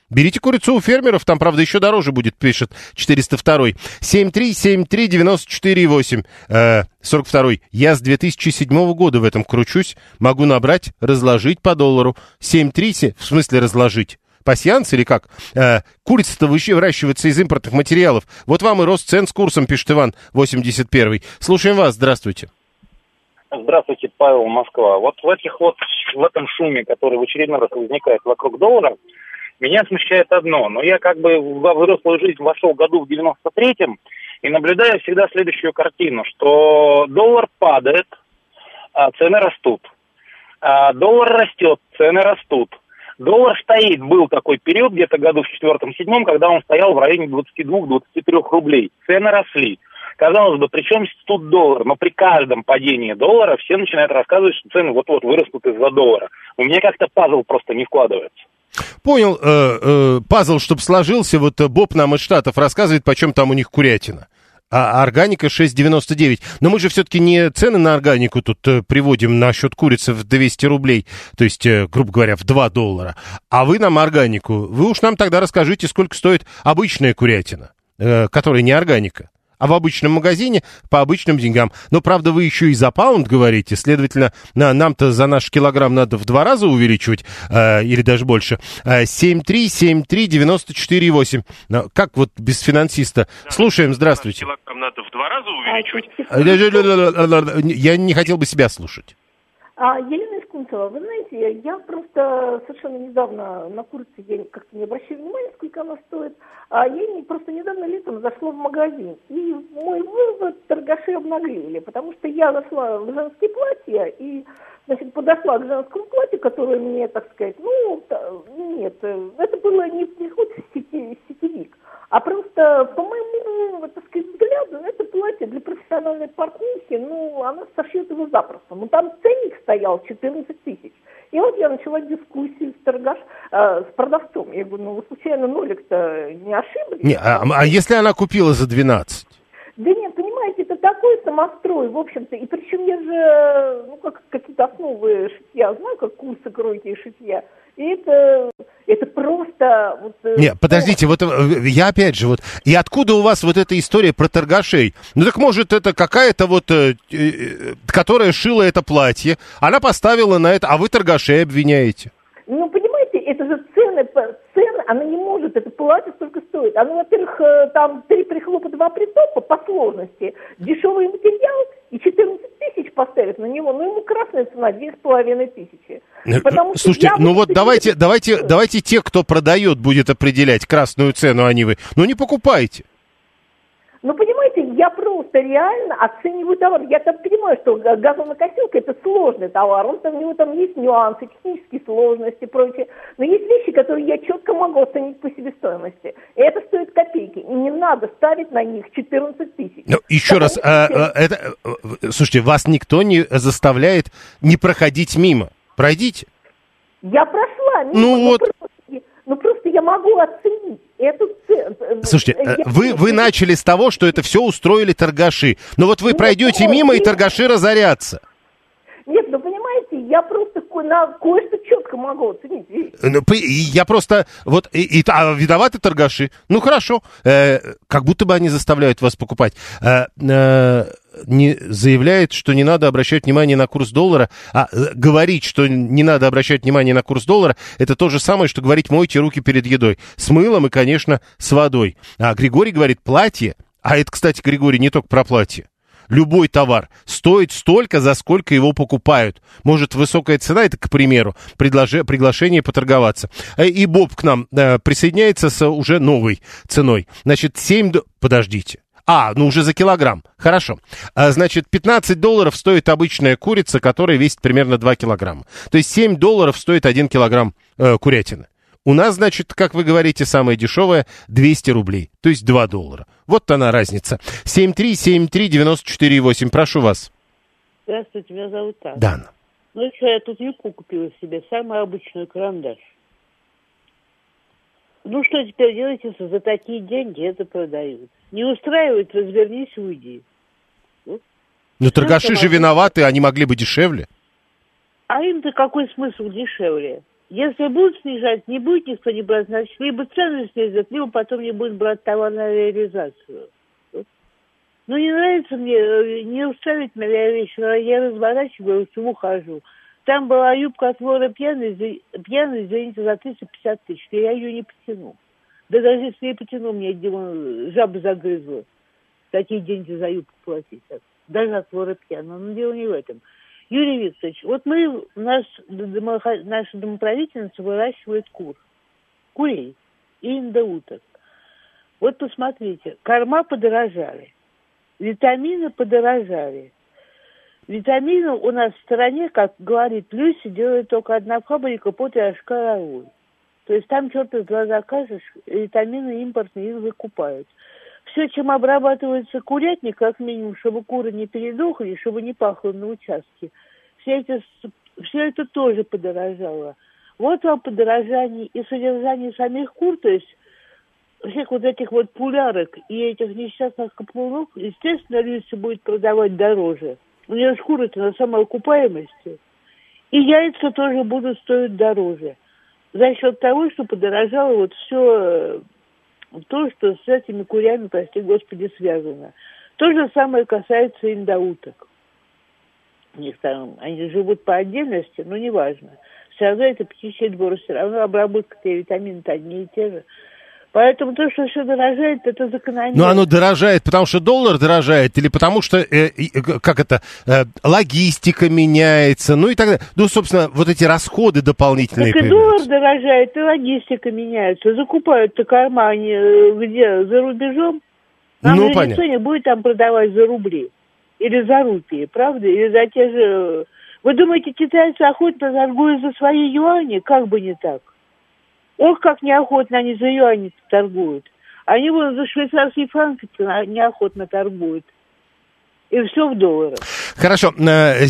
Берите курицу у фермеров, там, правда, еще дороже будет, пишет четыреста второй. семь три семь три девяносто четыре восемь. Э, сорок второй. Я с две тысячи седьмого года в этом кручусь. Могу набрать, разложить по доллару. семь три, в смысле разложить? Пасьянс или как? Э, курица-то выращивается из импортных материалов. Вот вам и рост цен с курсом, пишет Иван восемьдесят первый. Слушаем вас, здравствуйте. Здравствуйте, Павел, Москва. Вот в этих вот, в этом шуме, который в очередной раз возникает вокруг доллара, меня смущает одно. Но я как бы во взрослую жизнь вошел году в девяносто третьем и наблюдаю всегда следующую картину, что доллар падает, а цены растут. А доллар растет, цены растут. Доллар стоит, был такой период где-то году в четвертом-седьмом, когда он стоял в районе двадцать два - двадцать три рублей. Цены росли. Казалось бы, при чем тут доллар? Но при каждом падении доллара все начинают рассказывать, что цены вот-вот вырастут из-за доллара. У меня как-то пазл просто не вкладывается. Понял, э, э, пазл, чтобы сложился, вот Боб нам из Штатов рассказывает, почем там у них курятина. А органика шесть девяносто девять. Но мы же все-таки не цены на органику тут э, приводим на счет курицы в двести рублей, то есть, э, грубо говоря, в два доллара. А вы нам органику. Вы уж нам тогда расскажите, сколько стоит обычная курятина, э, которая не органика. А в обычном магазине по обычным деньгам. Но, правда, вы еще и за паунд говорите, следовательно, на, нам-то за наш килограмм надо в два раза увеличивать, э, или даже больше. Э, семь три семь три девяносто четыре восемь. Но как вот без финансиста? Да. Слушаем, здравствуйте. Килограмм надо в два раза увеличивать. Я не хотел бы себя слушать. А, Елена Искунцева, вы знаете, я просто совершенно недавно на курице, я как-то не обращаю внимания, сколько она стоит, а я не, просто недавно летом зашла в магазин, и мой вывод, торгаши обнаглели, потому что я зашла в женские платья, и, значит, подошла к женскому платью, которое мне, так сказать, ну, нет, это было не, не хоть сети, сетевик, а просто, по моему, так сказать, взгляду, это платье для профессиональной портнихи, ну, она сошьет его запросто. Ну, там ценник стоял четырнадцать тысяч. И вот я начала дискуссию с, торгаш, э, с продавцом. Я говорю, ну, вы случайно нолик-то не ошиблись? Не, а, а если она купила за двенадцать? Да нет, понимаете, это такой самострой, в общем-то. И причем я же, ну, как какие-то основы шитья знаю, как курсы кройки и шитья. И это, это просто... Вот, не, подождите, вот я опять же, вот, и откуда у вас вот эта история про торгашей? Ну так может это какая-то вот, э, э, которая шила это платье, она поставила на это, а вы торгашей обвиняете? Ну, понимаете, это же цены, цены, она не может, это платье столько стоит. Оно, во-первых, там три прихлопа, два притопа по сложности, дешевый материал, и четырнадцать тысяч поставят на него, ну ему красная цена две с половиной тысячи. Потому Слушайте, ну вот давайте, давайте, давайте те, кто продает, будет определять красную цену, а не вы. Ну не покупайте. Ну, понимаете, я просто реально оцениваю товар. Я так понимаю, что газонокосилка – это сложный товар. Он, там, у него там есть нюансы, технические сложности и прочее. Но есть вещи, которые я четко могу оценить по себестоимости. И это стоит копейки. И не надо ставить на них четырнадцать тысяч. Ну, еще раз, а, а, это, слушайте, вас никто не заставляет не проходить мимо. Пройдите. Я прошла мимо. Ну вот. Просто, ну, просто я могу оценить. Эту цену. Слушайте, вы, вы начали с того, что это все устроили торгаши. Но вот вы нет, пройдете нет, мимо, нет. и торгаши разорятся. Нет, ну понимаете, я просто ко- на кое-что четко могу оценить. Ну, я просто... Вот, и, и, а виноваты торгаши. Ну, хорошо. Э, как будто бы они заставляют вас покупать. Э, э, не заявляет, что не надо обращать внимание на курс доллара, а говорить, что не надо обращать внимание на курс доллара, это то же самое, что говорить «мойте руки перед едой». С мылом и, конечно, с водой. А Григорий говорит «платье». А это, кстати, Григорий, не только про платье. Любой товар стоит столько, за сколько его покупают. Может, высокая цена, это, к примеру, предложи, приглашение поторговаться. И Боб к нам э, присоединяется с уже новой ценой. Значит, семь... Подождите. А, ну уже за килограмм. Хорошо. А, значит, пятнадцать долларов стоит обычная курица, которая весит примерно два килограмма. То есть семь долларов стоит один килограмм э, курятины. У нас, значит, как вы говорите, самая дешевая двести рублей, то есть два доллара. Вот она разница. семь три семь три девяносто четыре восемь. Прошу вас. Здравствуйте, меня зовут Анна. Дана. Ну, что, я тут юбку купила себе, самую обычную, карандаш. Ну, что теперь делать, если за такие деньги это продают? Не устраивает, развернись и уйди. Вот. Ну, торгаши же виноваты, они могли бы дешевле. А им-то какой смысл дешевле? Если будут снижать, не будет никто не брать, значит, либо цены снизят, либо потом не будет брать товар на реализацию. Ну, не нравится мне, не устраивает меня вещь, я разворачиваюсь и ухожу. Там была юбка от вора пьяный, пьяный, извините, за триста пятьдесят тысяч, я ее не потяну. Да даже если я потяну, мне жаба загрызла. Такие деньги за юбку платить. Даже от вора пьяного. Но дело не в этом. Юрий Викторович, вот мы, наш, домо, наша домоправительница выращивает кур. Курей и индоуток. Вот посмотрите, корма подорожали. Витамины подорожали. Витамины у нас в стране, как говорит Люся, делает только одна фабрика под Ашкаровой. То есть там что-то из глаза кажешь, витамины импортные их закупают. Все, чем обрабатывается курятник, как минимум, чтобы куры не передохли, чтобы не пахло на участке, все это, все это тоже подорожало. Вот вам подорожание и содержание самих кур, то есть всех вот этих вот пулярок и этих несчастных каплунов, естественно, Люся будет продавать дороже. У нее шкура-то на самоокупаемости. И яйца тоже будут стоить дороже. За счет того, что подорожало вот все то, что с этими курями, прости господи, связано. То же самое касается индоуток. У них там, они живут по отдельности, но неважно. Все равно это птичий двор, все равно обработка-то и витамины-то одни и те же. Поэтому то, что все дорожает, это закономерно. Ну, оно дорожает, потому что доллар дорожает, или потому что, э, э, как это, э, логистика меняется, ну и так далее. Ну, собственно, вот эти расходы дополнительные. Так и доллар дорожает, и логистика меняется. Закупают-то корма они где? За рубежом? Нам ну, же понятно. Никто не будет там продавать за рубли. Или за рупии, правда? Или за те же... Вы думаете, китайцы охотно торгуют за свои юани? Как бы не так. Ох, как неохотно они за юани торгуют. Они вон за швейцарские франки неохотно торгуют. И все в долларах. Хорошо, это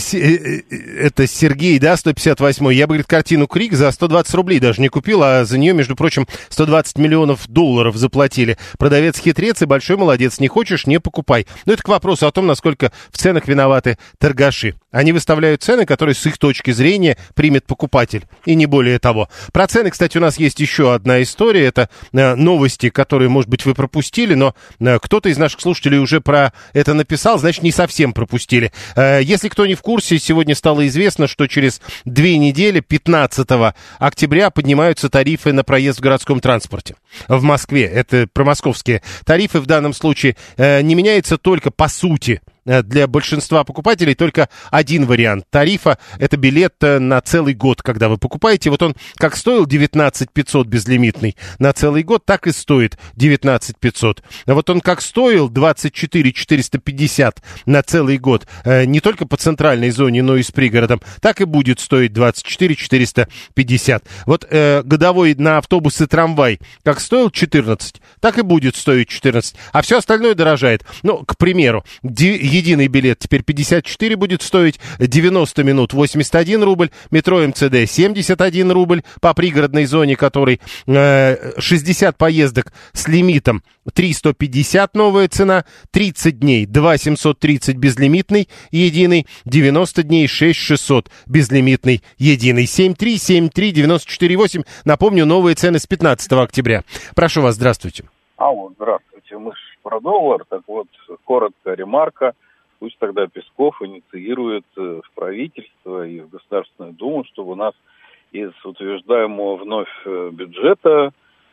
Сергей, да, сто пятьдесят восьмой. Я бы, говорит, картину «Крик» за сто двадцать рублей даже не купил, а за нее, между прочим, сто двадцать миллионов долларов заплатили. Продавец хитрец и большой молодец. Не хочешь — не покупай. Но это к вопросу о том, насколько в ценах виноваты торгаши. Они выставляют цены, которые с их точки зрения примет покупатель. И не более того. Про цены, кстати, у нас есть еще одна история. Это новости, которые, может быть, вы пропустили, но кто-то из наших слушателей уже про это написал, значит, не совсем пропустили. Если кто не в курсе, сегодня стало известно, что через две недели, пятнадцатого октября, поднимаются тарифы на проезд в городском транспорте в Москве. Это про московские тарифы в данном случае. Не меняется только по сути для большинства покупателей только один вариант тарифа. Это билет на целый год, когда вы покупаете. Вот он как стоил девятнадцать пятьсот безлимитный на целый год, так и стоит девятнадцать пятьсот. А вот он как стоил двадцать четыре четыреста пятьдесят на целый год, не только по центральной зоне, но и с пригородом, так и будет стоить двадцать четыре четыреста пятьдесят. Вот э, годовой на автобус и трамвай как стоил четырнадцать, так и будет стоить четырнадцать. А все остальное дорожает. Ну, к примеру, единый билет теперь пятьдесят четыре будет стоить, девяносто минут восемьдесят один рубль, метро МЦД семьдесят один рубль, по пригородной зоне, который э, шестьдесят поездок с лимитом три сто пятьдесят новая цена, тридцать дней два семьсот тридцать безлимитный единый, девяносто дней шесть шестьсот безлимитный единый. семь три семь три девять четыре восемь. Напомню, новые цены с пятнадцатого октября. Прошу вас, здравствуйте. Алло, здравствуйте. Мы же про доллар, так вот, коротко ремарка. Пусть тогда Песков инициирует в правительство и в Государственную Думу, чтобы у нас из утверждаемого вновь бюджета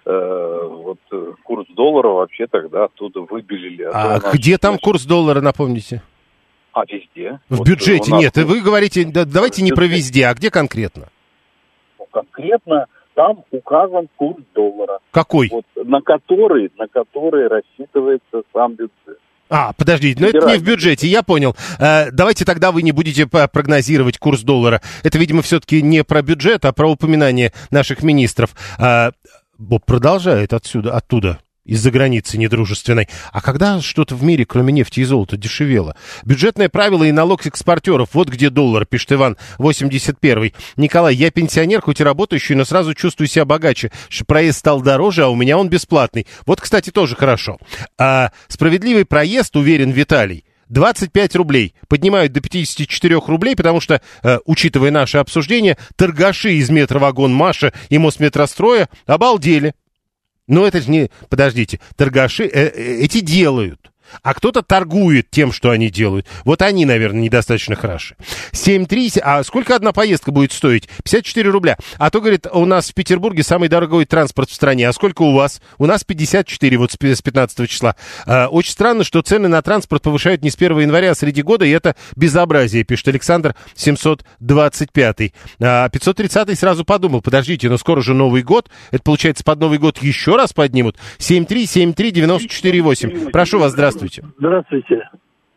э, вот курс доллара вообще тогда оттуда выбелили. А, а где там курс доллара, напомните? А везде. В вот бюджете нас... нет. И вы говорите, да, давайте не про везде, а где конкретно? Ну, конкретно там указан курс доллара. Какой? Вот, на который, на который рассчитывается сам бюджет. А, подождите, но это не в бюджете, я понял. Э, давайте тогда вы не будете прогнозировать курс доллара. Это, видимо, все-таки не про бюджет, а про упоминание наших министров. Э, Боб продолжает отсюда, оттуда, из-за границы недружественной. А когда что-то в мире, кроме нефти и золота, дешевело? Бюджетное правило и налог с экспортеров. Вот где доллар, пишет Иван восемьдесят первый. Николай, я пенсионер, хоть и работающий, но сразу чувствую себя богаче. Проезд стал дороже, а у меня он бесплатный. Вот, кстати, тоже хорошо. А справедливый проезд, уверен Виталий, двадцать пять рублей. Поднимают до пятьдесят четыре рублей, потому что, э, учитывая наше обсуждение, торгаши из метровагон Маша и Мосметростроя обалдели. Но это же не... Подождите, торгаши э, э, эти делают. А кто-то торгует тем, что они делают. Вот они, наверное, недостаточно хороши. семь три... А сколько одна поездка будет стоить? пятьдесят четыре рубля. А то, говорит, у нас в Петербурге самый дорогой транспорт в стране. А сколько у вас? У нас пятьдесят четыре, вот с пятнадцатого числа. А, очень странно, что цены на транспорт повышают не с первого января, а среди года. И это безобразие, пишет Александр семьсот двадцать пятый. А пятьсот тридцатый сразу подумал, подождите, но скоро же Новый год. Это, получается, под Новый год еще раз поднимут? семь три семь три девяносто четыре восемь. Прошу вас, здравствуйте. Здравствуйте.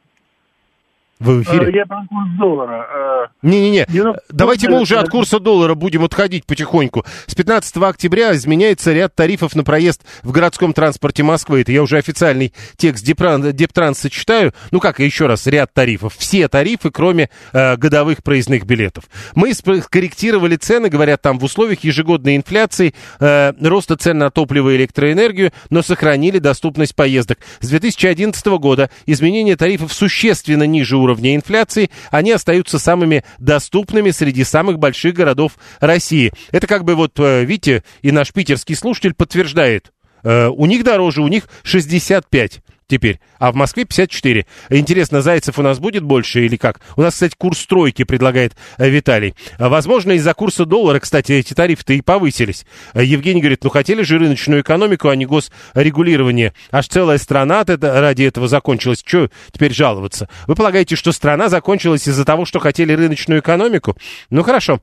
Вы в эфире? Я про курс доллара. Не-не-не, давайте мы уже от курса доллара будем отходить потихоньку. С пятнадцатого октября изменяется ряд тарифов на проезд в городском транспорте Москвы. Это я уже официальный текст Дептранса читаю. Ну как, еще раз, ряд тарифов. Все тарифы, кроме э, годовых проездных билетов. Мы скорректировали цены, говорят, там в условиях ежегодной инфляции, э, роста цен на топливо и электроэнергию, но сохранили доступность поездок. С две тысячи одиннадцатого года изменения тарифов существенно ниже уровня уровня инфляции, они остаются самыми доступными среди самых больших городов России. Это как бы вот, видите, и наш питерский слушатель подтверждает. У них дороже, у них шестьдесят пять теперь, а в Москве пятьдесят четыре. Интересно, зайцев у нас будет больше или как? У нас, кстати, курс тройки предлагает Виталий. Возможно, из-за курса доллара, кстати, эти тарифы-то и повысились. Евгений говорит, ну хотели же рыночную экономику, а не госрегулирование. Аж целая страна ради этого закончилась. Чего теперь жаловаться? Вы полагаете, что страна закончилась из-за того, что хотели рыночную экономику? Ну хорошо.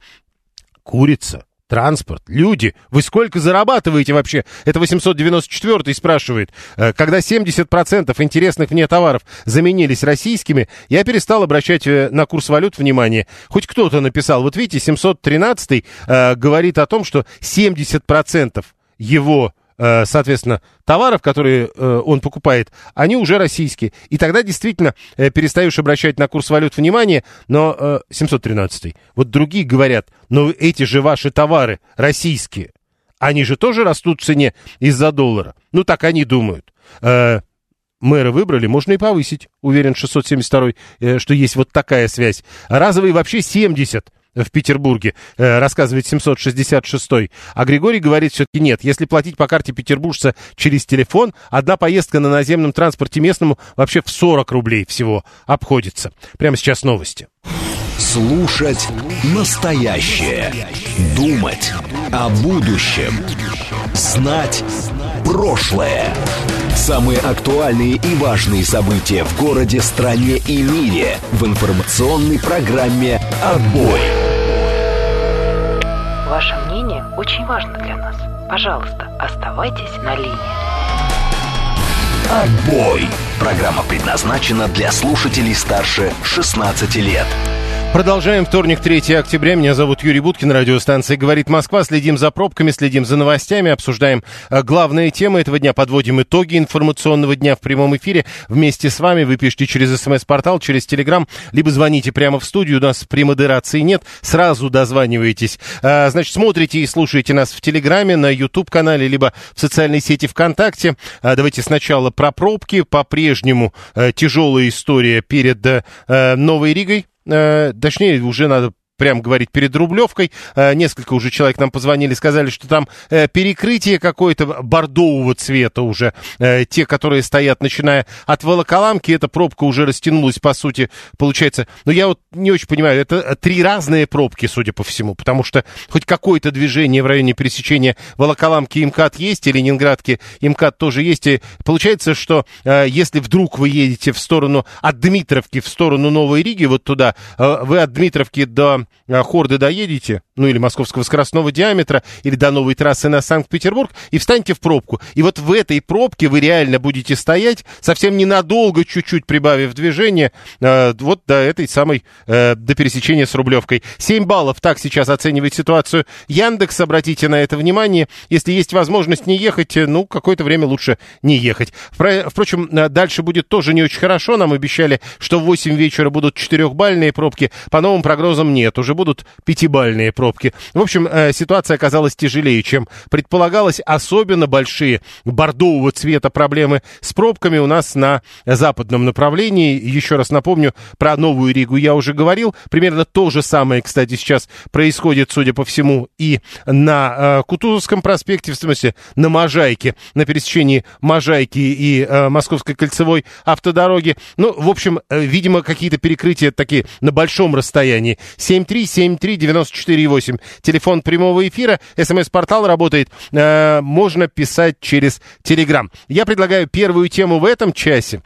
Курица. Транспорт, люди, вы сколько зарабатываете вообще? Это восемьсот девяносто четвёртый спрашивает. Когда семьдесят процентов интересных мне товаров заменились российскими, я перестал обращать на курс валют внимание. Хоть кто-то написал. Вот видите, семьсот тринадцатый э, говорит о том, что семьдесят процентов его, э, соответственно, товаров, которые э, он покупает, они уже российские. И тогда действительно э, перестаешь обращать на курс валют внимание, но э, семьсот тринадцатый. Вот другие говорят, но эти же ваши товары российские, они же тоже растут в цене из-за доллара. Ну, так они думают. Э, мэра выбрали, можно и повысить, уверен шестьсот семьдесят второй, э, что есть вот такая связь. Разовые вообще семьдесят. В Петербурге, э, рассказывает семьсот шестьдесят шестой. А Григорий говорит, все-таки нет. Если платить по карте петербуржца через телефон, одна поездка на наземном транспорте местному вообще в сорок рублей всего обходится. Прямо сейчас новости. Слушать настоящее. Думать о будущем. Знать прошлое. Самые актуальные и важные события в городе, стране и мире в информационной программе «Отбой». Ваше мнение очень важно для нас. Пожалуйста, оставайтесь на линии. «Отбой». Программа предназначена для слушателей старше шестнадцати лет. Продолжаем. Вторник, третьего октября. Меня зовут Юрий Буткин. Радиостанция «Говорит Москва». Следим за пробками, следим за новостями, обсуждаем главные темы этого дня, подводим итоги информационного дня в прямом эфире. Вместе с вами вы пишите через СМС-портал, через Телеграм, либо звоните прямо в студию. У нас премодерации нет. Сразу дозваниваетесь. Значит, смотрите и слушаете нас в Телеграме, на YouTube-канале, либо в социальной сети ВКонтакте. Давайте сначала про пробки. По-прежнему тяжелая история перед Новой Ригой. Э, точнее, уже надо прям говорить перед Рублевкой. Э, несколько уже человек нам позвонили, сказали, что там э, перекрытие какое-то бордового цвета уже. Э, те, которые стоят, начиная от Волоколамки, эта пробка уже растянулась, по сути, получается. Но я вот не очень понимаю, это три разные пробки, судя по всему, потому что хоть какое-то движение в районе пересечения Волоколамки и МКАД есть, и Ленинградки и МКАД тоже есть. И получается, что э, если вдруг вы едете в сторону, от Дмитровки в сторону Новой Риги, вот туда, э, вы от Дмитровки до Хорды доедете, ну или московского скоростного диаметра, или до новой трассы на Санкт-Петербург, и встаньте в пробку. И вот в этой пробке вы реально будете стоять, совсем ненадолго, чуть-чуть прибавив движение, э, вот до этой самой, э, до пересечения с Рублевкой. семь баллов, так сейчас оценивает ситуацию Яндекс, обратите на это внимание. Если есть возможность не ехать, ну, какое-то время лучше не ехать. Впрочем, дальше будет тоже не очень хорошо. Нам обещали, что в восемь вечера будут четырехбальные пробки. По новым прогнозам нет. Уже будут пятибальные пробки. пробки. В общем, э, ситуация оказалась тяжелее, чем предполагалось. Особенно большие бордового цвета проблемы с пробками у нас на западном направлении. Еще раз напомню, про Новую Ригу я уже говорил. Примерно то же самое, кстати, сейчас происходит, судя по всему, и на э, Кутузовском проспекте, в смысле, на Можайке, на пересечении Можайки и э, Московской кольцевой автодороги. Ну, в общем, э, видимо, какие-то перекрытия такие на большом расстоянии. семь три семь три девять четыре восемь. Телефон прямого эфира. СМС-портал работает. Э, можно писать через Телеграм. Я предлагаю первую тему в этом часе.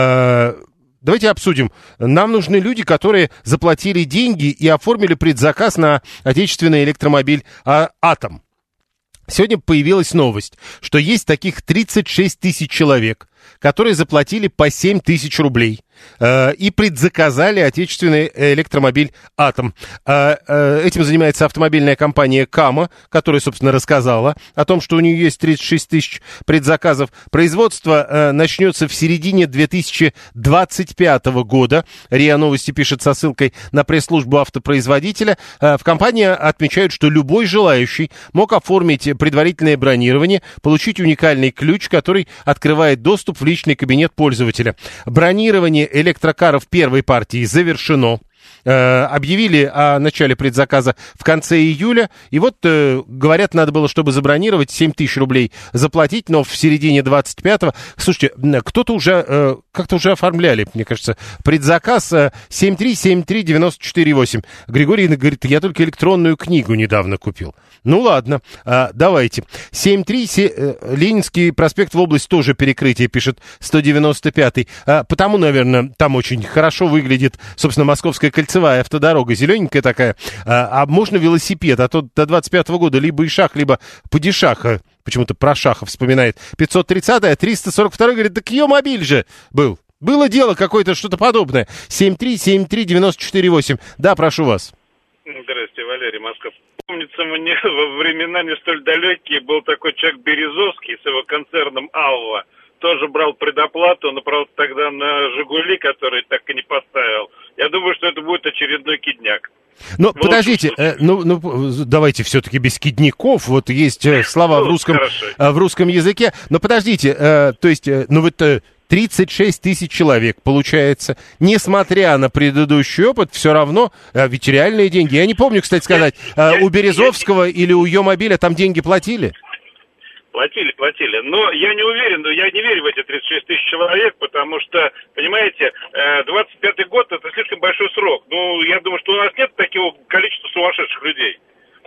Э, давайте обсудим. Нам нужны люди, которые заплатили деньги и оформили предзаказ на отечественный электромобиль а, «Атом». Сегодня появилась новость, что есть таких тридцать шесть тысяч человек, которые заплатили по семь тысяч рублей э, и предзаказали отечественный электромобиль «Атом». Э, э, этим занимается автомобильная компания «Кама», которая, собственно, рассказала о том, что у нее есть тридцать шесть тысяч предзаказов. Производство э, начнется в середине две тысячи двадцать пятого года. РИА Новости пишет со ссылкой на пресс-службу автопроизводителя. Э, в компании отмечают, что любой желающий мог оформить предварительное бронирование, получить уникальный ключ, который открывает доступ в личный кабинет пользователя. Бронирование электрокаров первой партии завершено. Э, объявили о начале предзаказа в конце июля. И вот, э, говорят, надо было, чтобы забронировать, семь тысяч рублей заплатить, но в середине двадцать пятого... Слушайте, кто-то уже, э, как-то уже оформляли, мне кажется, предзаказ э, семь три семь три девять четыре восемь. Григорий говорит, я только электронную книгу недавно купил. Ну ладно, э, давайте. семь три, э, Ленинский проспект в область тоже перекрытие, пишет сто девяносто пятый. Э, потому, наверное, там очень хорошо выглядит, собственно, Московская кольцевая автодорога, зелененькая такая. А, а можно велосипед, а то до двадцать пятого года либо ишах, либо падишах. Почему-то про шаха вспоминает. пятьсот тридцатый, триста сорок второй говорит, так ее мобиль же был. Было дело какое-то, что-то подобное. семь три семь три девять четыре восемь. Да, прошу вас. Здравствуйте, Валерий, Москва. Помнится мне, во времена не столь далекие был такой человек Березовский с его концерном «Алва». Тоже брал предоплату, но, правда, тогда на «Жигули», который так и не поставил. Я думаю, что это будет очередной кидняк. Но вот подождите, э, ну, ну давайте все-таки без кидняков. Вот есть э, слова ну, в русском, э, в русском языке. Но подождите, э, то есть, э, ну вот э, тридцать шесть тысяч человек, получается, несмотря на предыдущий опыт, все равно, э, ведь реальные деньги. Я не помню, кстати сказать, э, у Березовского или у Е-мобиля там деньги платили? Платили, платили. Но я не уверен, но я не верю в эти тридцать шесть тысяч человек, потому что, понимаете, двадцать пятый год это слишком большой срок. Ну, я думаю, что у нас нет такого количества сумасшедших людей.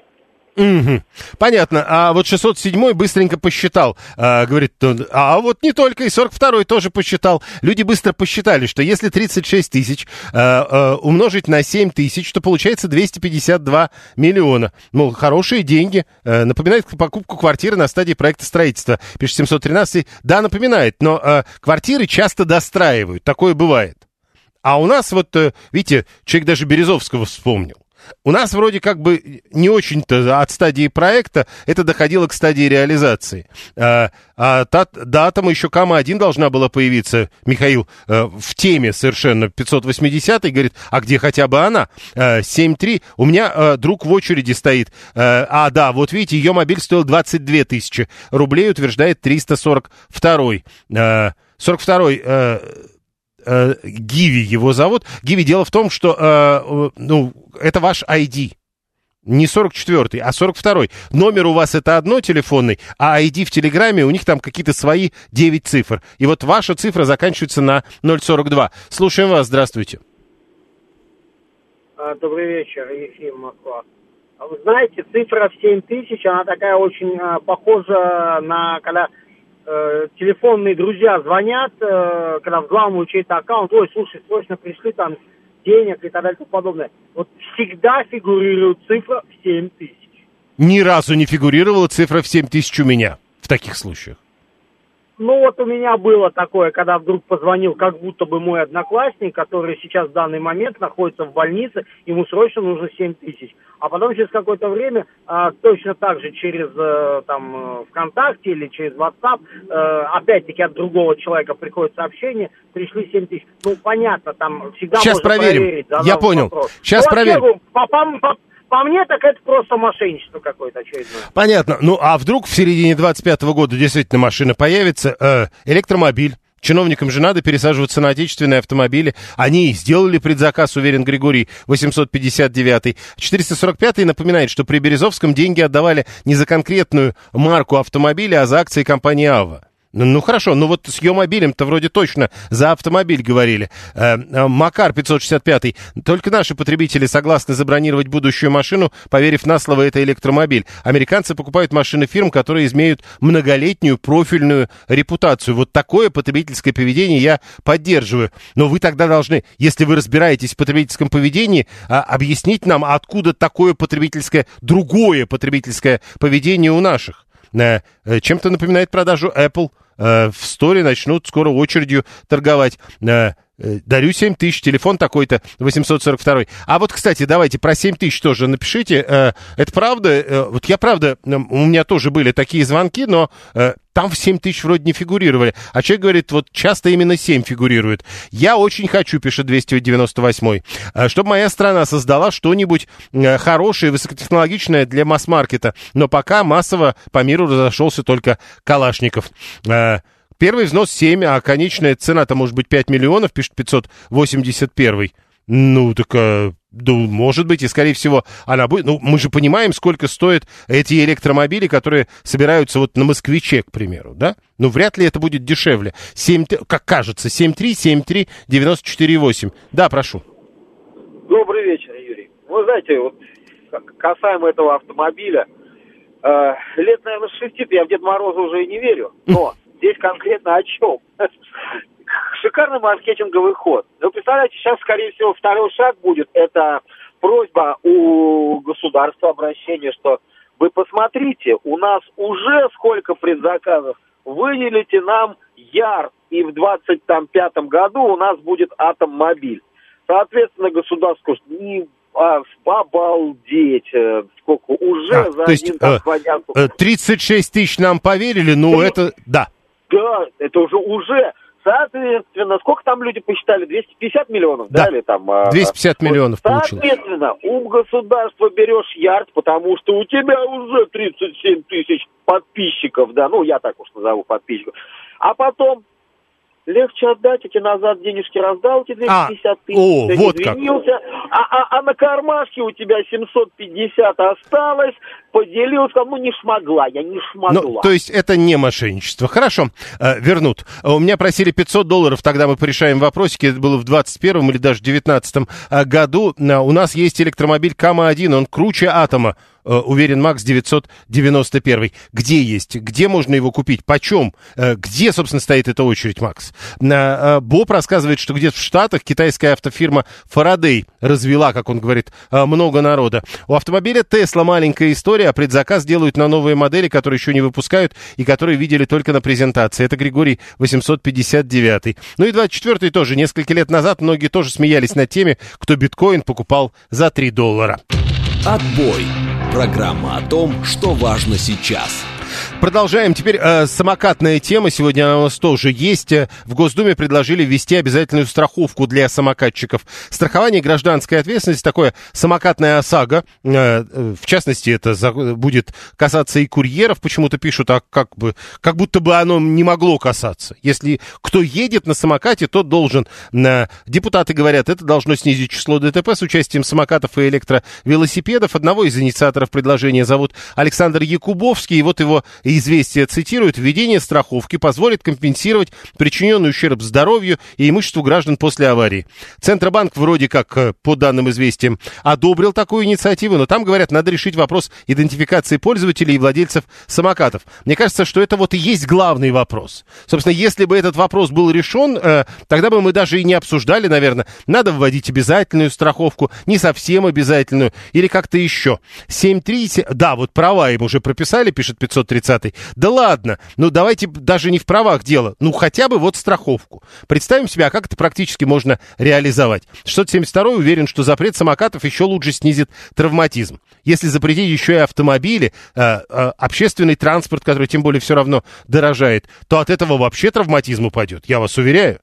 Угу. Понятно. А вот шестьсот седьмой быстренько посчитал. А, говорит, а вот не только, и сорок второй тоже посчитал. Люди быстро посчитали, что если тридцать шесть тысяч а, а, умножить на семь тысяч, то получается двести пятьдесят два миллиона. Ну, хорошие деньги. А, напоминает покупку квартиры на стадии проекта строительства. Пишет семьсот тринадцать. Да, напоминает, но а, квартиры часто достраивают. Такое бывает. А у нас вот, видите, человек даже Березовского вспомнил. У нас вроде как бы не очень-то от стадии проекта это доходило к стадии реализации. А, а та, до атома еще Кама один должна была появиться, Михаил, а, в теме совершенно. Пятьсот восьмидесятый говорит, а где хотя бы она? А, семь три. У меня а, друг в очереди стоит. А, а, да, вот видите, ее мобиль стоил двадцать две тысячи рублей, утверждает триста сорок второй. А, сорок второй... А, Гиви его зовут. Гиви, дело в том, что э, ну, это ваш ай ди. Не сорок четвёртый, а сорок второй. Номер у вас это одно телефонный, а ай ди в Телеграме у них там какие-то свои девять цифр. И вот ваша цифра заканчивается на ноль сорок два. Слушаем вас, здравствуйте. Добрый вечер, Ефим, Москва. Вы знаете, цифра в семь тысяч, она такая очень э, похожа на, когда э, телефонные друзья звонят, э, когда взламывают чей-то аккаунт, ой, слушай, срочно пришли там денег и так далее и тому подобное. Вот всегда фигурирует цифра в семь тысяч. Ни разу не фигурировала цифра в семь тысяч у меня в таких случаях. Ну вот у меня было такое, когда вдруг позвонил как будто бы мой одноклассник, который сейчас в данный момент находится в больнице, ему срочно нужно семь тысяч. А потом через какое-то время а, точно так же через а, там ВКонтакте или через WhatsApp, а, опять-таки от другого человека приходит сообщение, пришли семь тысяч. Ну понятно, там всегда Сейчас можно проверим. проверить. Я понял. Вопрос. Сейчас ну, проверим. Вообще, по, по, по, по мне, так это просто мошенничество какое-то очередное. Понятно. Ну, а вдруг в середине двадцать пятого года действительно машина появится, э, электромобиль? Чиновникам же надо пересаживаться на отечественные автомобили. Они сделали предзаказ, уверен Григорий, восемьсот пятьдесят девятый. четыреста сорок пятый напоминает, что при Березовском деньги отдавали не за конкретную марку автомобиля, а за акции компании «Ава». Ну, ну хорошо, ну вот с Е-мобилем-то вроде точно за автомобиль говорили. Э, э, Макар пятьсот шестьдесят пятый. Только наши потребители согласны забронировать будущую машину, поверив на слово, это электромобиль. Американцы покупают машины фирм, которые имеют многолетнюю профильную репутацию. Вот такое потребительское поведение я поддерживаю. Но вы тогда должны, если вы разбираетесь в потребительском поведении, а, объяснить нам, откуда такое потребительское, другое потребительское поведение у наших. Э, чем-то напоминает продажу Apple. Э, в сторе начнут скоро очередью торговать. Э, э, дарю семь тысяч, телефон такой-то, восемьсот сорок второй. А вот, кстати, давайте про семь тысяч тоже напишите. Э, это правда? Э, вот я, правда, э, у меня тоже были такие звонки, но... Э, Там в семь тысяч вроде не фигурировали. А человек говорит, вот часто именно семь фигурирует. Я очень хочу, пишет двести девяносто восьмой, чтобы моя страна создала что-нибудь хорошее, высокотехнологичное для масс-маркета. Но пока массово по миру разошелся только Калашников. Первый взнос семь, а конечная цена-то может быть пять миллионов, пишет пятьсот восемьдесят первый. Ну, так... Да, может быть, и, скорее всего, она будет... Ну, мы же понимаем, сколько стоят эти электромобили, которые собираются вот на «Москвиче», к примеру, да? Ну, вряд ли это будет дешевле. семь, как кажется, семь три семь три девяносто четыре восемь. Да, прошу. Добрый вечер, Юрий. Вы знаете, вот касаемо этого автомобиля, э, лет, наверное, с шести я в Деда Мороза уже и не верю, но здесь конкретно о чем? Шикарный маркетинговый ход. Вы представляете, сейчас, скорее всего, второй шаг будет. Это просьба у государства, обращение, что вы посмотрите, у нас уже сколько предзаказов. Выделите нам Яр, и в двадцать пятом году у нас будет Атоммобиль. Соответственно, государство скажет, не, а, обалдеть, сколько уже а, за то есть, один раз понятно. тридцать шесть тысяч нам поверили, ну это, да. Да, это уже уже... Соответственно, сколько там люди посчитали? двести пятьдесят миллионов, да? Да, или там, двести пятьдесят миллионов получилось. Соответственно, у государства берешь Ярд, потому что у тебя уже тридцать семь тысяч подписчиков, да, ну, я так уж назову подписчиков. А потом легче отдать, эти назад денежки раздал, эти двести пятьдесят тысяч, о, ты вот извинился, а, а, а на кармашке у тебя семьсот пятьдесят осталось, поделился, ну не шмогла, я не шмогла. Ну, то есть это не мошенничество. Хорошо, э, вернут. У меня просили пятьсот долларов, тогда мы порешаем вопросики, это было в двадцать первом или даже девятнадцатом году. У нас есть электромобиль Кама один, он круче Атома. Уверен, Макс девятьсот девяносто первый. Где есть? Где можно его купить? Почем? Где, собственно, стоит эта очередь, Макс? Боб рассказывает, что где-то в Штатах китайская автофирма Фарадей развела, как он говорит, много народа. У автомобиля Тесла маленькая история, а предзаказ делают на новые модели, которые еще не выпускают и которые видели только на презентации. Это Григорий восемьсот пятьдесят девятый. Ну и двадцать четвёртый тоже. Несколько лет назад многие тоже смеялись над теми, кто биткоин покупал за три доллара. Отбой. Программа о том, что важно сейчас. Продолжаем. Теперь э, самокатная тема. Сегодня она у нас тоже есть. В Госдуме предложили ввести обязательную страховку для самокатчиков. Страхование гражданской ответственности, такое самокатная ОСАГО. Э, в частности, это за, будет касаться и курьеров. Почему-то пишут, а как бы, как будто бы оно не могло касаться. Если кто едет на самокате, тот должен. Э, депутаты говорят, это должно снизить число ДТП с участием самокатов и электровелосипедов. Одного из инициаторов предложения зовут Александр Якубовский. И вот его «Известия» цитируют: «Введение страховки позволит компенсировать причиненный ущерб здоровью и имуществу граждан после аварии». Центробанк вроде как, по данным «Известиям», одобрил такую инициативу, но там, говорят, надо решить вопрос идентификации пользователей и владельцев самокатов. Мне кажется, что это вот и есть главный вопрос. Собственно, если бы этот вопрос был решен, э, тогда бы мы даже и не обсуждали, наверное, надо вводить обязательную страховку, не совсем обязательную, или как-то еще. семь три... Да, вот права им уже прописали, пишет пятьсот тридцатый. Да ладно, ну давайте даже не в правах дело, ну хотя бы вот страховку. Представим себе, а как это практически можно реализовать. шестьсот семьдесят второй уверен, что запрет самокатов еще лучше снизит травматизм. Если запретить еще и автомобили, э, э, общественный транспорт, который тем более все равно дорожает, то от этого вообще травматизм упадет, я вас уверяю.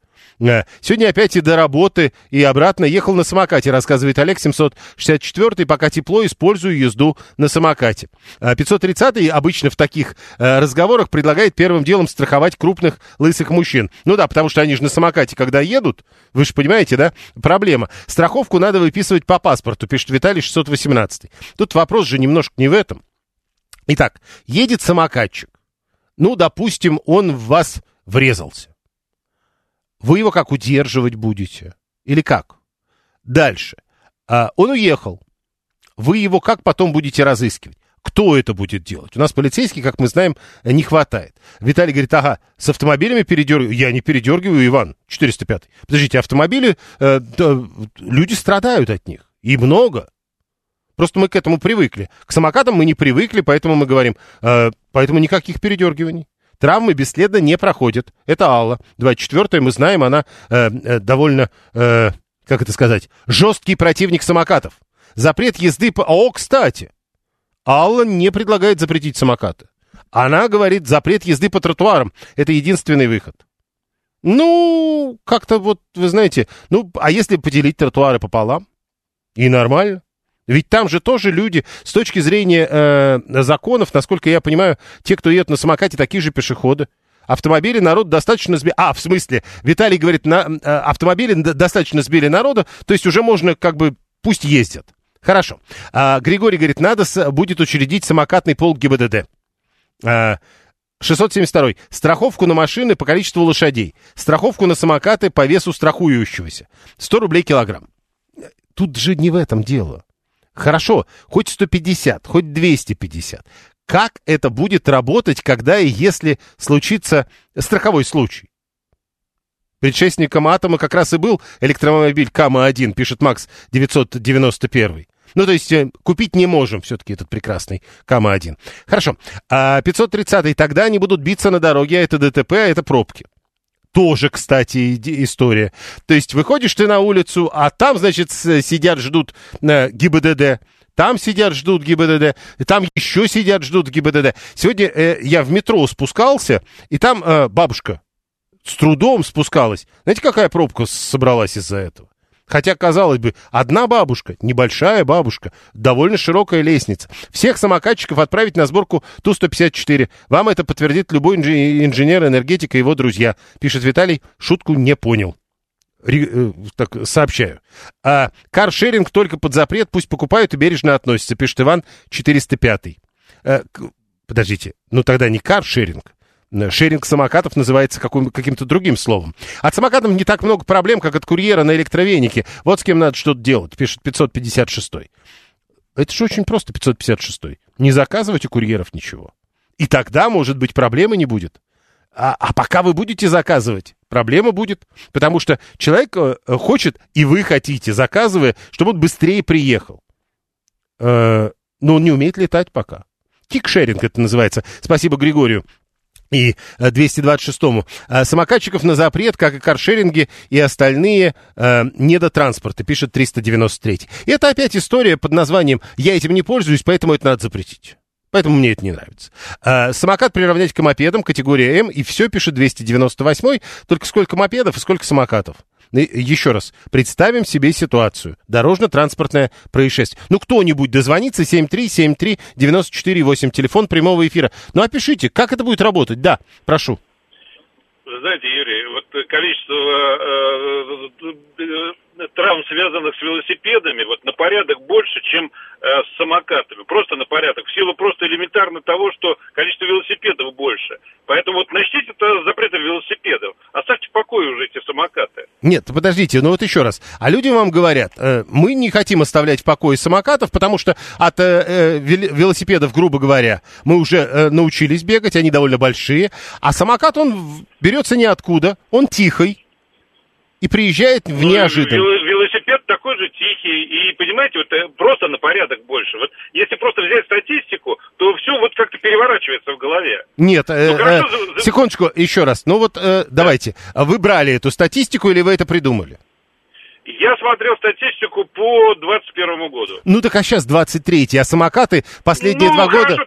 Сегодня опять и до работы, и обратно ехал на самокате, рассказывает Олег, семьсот шестьдесят четвёртый, пока тепло, использую езду на самокате. пятьсот тридцатый обычно в таких разговорах предлагает первым делом страховать крупных лысых мужчин. Ну да, потому что они же на самокате, когда едут, вы же понимаете, да, проблема. Страховку надо выписывать по паспорту, пишет Виталий, шестьсот восемнадцатый. Тут вопрос же немножко не в этом. Итак, едет самокатчик. Ну, допустим, он в вас врезался. Вы его как удерживать будете? Или как? Дальше. А, он уехал. Вы его как потом будете разыскивать? Кто это будет делать? У нас полицейских, как мы знаем, не хватает. Виталий говорит, ага, с автомобилями передергиваю. Я не передергиваю, Иван, четыреста пятый. Подождите, автомобили, э, да, люди страдают от них. И много. Просто мы к этому привыкли. К самокатам мы не привыкли, поэтому мы говорим, э, поэтому никаких передергиваний. Травмы бесследно не проходят. Это Алла. двадцать четвёртая, мы знаем, она э, э, довольно, э, как это сказать, жесткий противник самокатов. Запрет езды по... О, кстати, Алла не предлагает запретить самокаты. Она говорит, запрет езды по тротуарам. Это единственный выход. Ну, как-то вот, вы знаете, ну, а если поделить тротуары пополам? И нормально. Ведь там же тоже люди, с точки зрения э, законов, насколько я понимаю, те, кто едет на самокате, такие же пешеходы. Автомобили народ достаточно сбили... А, в смысле, Виталий говорит, на, э, автомобили достаточно сбили народа, то есть уже можно как бы, пусть ездят. Хорошо. А, Григорий говорит, надо с, будет учредить самокатный полк ГИБДД. А, шестьсот семьдесят второй. Страховку на машины по количеству лошадей. Страховку на самокаты по весу страхующегося. сто рублей килограмм. Тут же не в этом дело. Хорошо, хоть сто пятьдесят, хоть двести пятьдесят. Как это будет работать, когда и если случится страховой случай? Предшественником атома как раз и был электромобиль Кама один, пишет Макс девятьсот девяносто первый. Ну, то есть, купить не можем все-таки этот прекрасный Кама один. Хорошо, а пятьсот тридцатый, тогда они будут биться на дороге, а это ДТП, а это пробки. Тоже, кстати, история. То есть выходишь ты на улицу, а там, значит, сидят, ждут э, ГИБДД, там сидят, ждут ГИБДД, там еще сидят, ждут ГИБДД. Сегодня э, я в метро спускался, и там э, бабушка с трудом спускалась. Знаете, какая пробка собралась из-за этого? Хотя, казалось бы, одна бабушка, небольшая бабушка, довольно широкая лестница. Всех самокатчиков отправить на сборку Ту сто пятьдесят четыре. Вам это подтвердит любой инженер, энергетик и его друзья. Пишет Виталий, шутку не понял. Ри, э, так, сообщаю. А, каршеринг только под запрет, пусть покупают и бережно относятся, пишет Иван, четыреста пятый. А, к, подождите, ну тогда не каршеринг. Шеринг самокатов называется каким- каким-то другим словом. От самокатов не так много проблем, как от курьера на электровенике. Вот с кем надо что-то делать, пишет пятьсот пятьдесят шестой. Это же очень просто, пятьсот пятьдесят шестой. Не заказывать у курьеров ничего. И тогда, может быть, проблемы не будет. А, а пока вы будете заказывать, проблема будет. Потому что человек э, хочет, и вы хотите, заказывая, чтобы он быстрее приехал. Э, но он не умеет летать пока. Кикшеринг это называется. Спасибо Григорию. И двести двадцать шестому. Самокатчиков на запрет, как и каршеринги и остальные э, недотранспорты, пишет триста девяносто третий. И это опять история под названием «Я этим не пользуюсь, поэтому это надо запретить». Поэтому мне это не нравится. А, самокат приравнять к мопедам, категория М, и все, пишет двести девяносто восьмой. Только сколько мопедов и сколько самокатов. Еще раз, представим себе ситуацию. Дорожно-транспортное происшествие. Ну, кто-нибудь дозвонится, семь три семь три девять четыре восемь, телефон прямого эфира. Ну, опишите, как это будет работать. Да, прошу. Вы знаете, Юрий, вот количество э, э, травм, связанных с велосипедами, вот на порядок больше, чем э, с самокатами. Просто на порядок. В силу просто элементарно того, что количество велосипедов больше. Поэтому вот начните с запрета велосипедов. Оставьте в покое уже эти самокаты. Нет, подождите, ну вот еще раз. А люди вам говорят, э, мы не хотим оставлять в покое самокатов, потому что от э, велосипедов, грубо говоря, мы уже э, научились бегать, они довольно большие. А самокат, он берется ниоткуда, он тихий и приезжает в неожиданно. Ну, велосипед такой же тихий, и, понимаете, вот просто на порядок больше. Вот если просто взять статистику, то все вот как-то переворачивается в голове. Нет, э, ну, хорошо, э, секундочку, еще раз. Ну вот, э, давайте, вы брали эту статистику или вы это придумали? Я смотрел статистику по двадцать первому году. Ну так а сейчас двадцать третий, а самокаты последние ну, два года... Ну, хорошо, там изменилось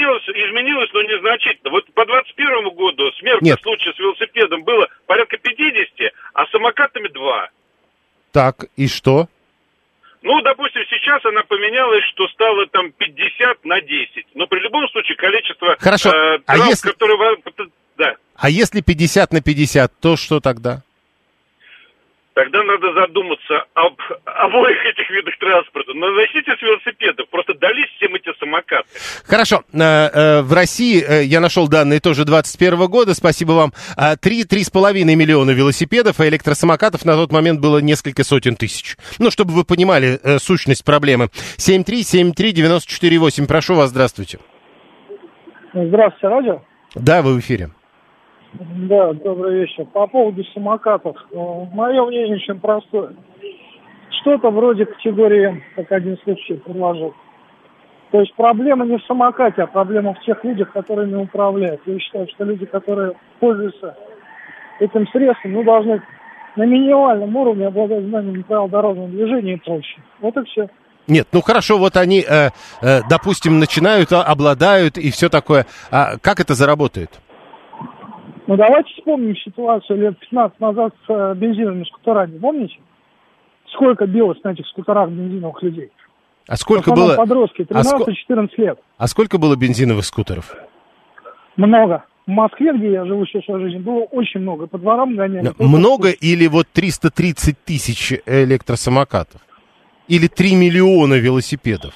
изменилось, изменилось, но незначительно. Вот по двадцать первому году смертных случаев с велосипедом было порядка пятьдесят, а с самокатами два. Так, и что? Ну, допустим, сейчас она поменялась, что стало там пятьдесят на десять. Но при любом случае количество Хорошо. Э, А травм, если- которые... Да. А если пятьдесят на пятьдесят, то что тогда? Тогда надо задуматься об обоих этих видах транспорта. Но начните с велосипедов, просто дались всем эти самокаты. Хорошо. Э, э, В России, э, я нашел данные тоже двадцать первого года, спасибо вам, э, три-три с половиной миллиона велосипедов, а электросамокатов на тот момент было несколько сотен тысяч. Ну, чтобы вы понимали э, сущность проблемы. семь три семь три девять четыре восемь, прошу вас, здравствуйте. Здравствуйте, радио. Да, вы в эфире. Да, добрый вечер. По поводу самокатов. Мое мнение очень простое. Что-то вроде категории М, как один случай предложил. То есть проблема не в самокате, а проблема в тех людях, которые ими управляют. Я считаю, что люди, которые пользуются этим средством, ну, должны на минимальном уровне обладать знанием правил дорожного движения и прочее. Вот и все. Нет, ну хорошо, вот они, э, э, допустим, начинают, а, обладают и все такое. А как это заработает? Ну, давайте вспомним ситуацию лет пятнадцать назад с э, бензиновыми скутерами. Помните? Сколько билось на этих скутерах бензиновых людей? А сколько В основном было? подростки, а ско- тринадцать-четырнадцать лет. А сколько было бензиновых скутеров? Много. В Москве, где я живу сейчас всю жизнь, было очень много. По дворам гоняли. Много или вот триста тридцать тысяч электросамокатов? Или три миллиона велосипедов?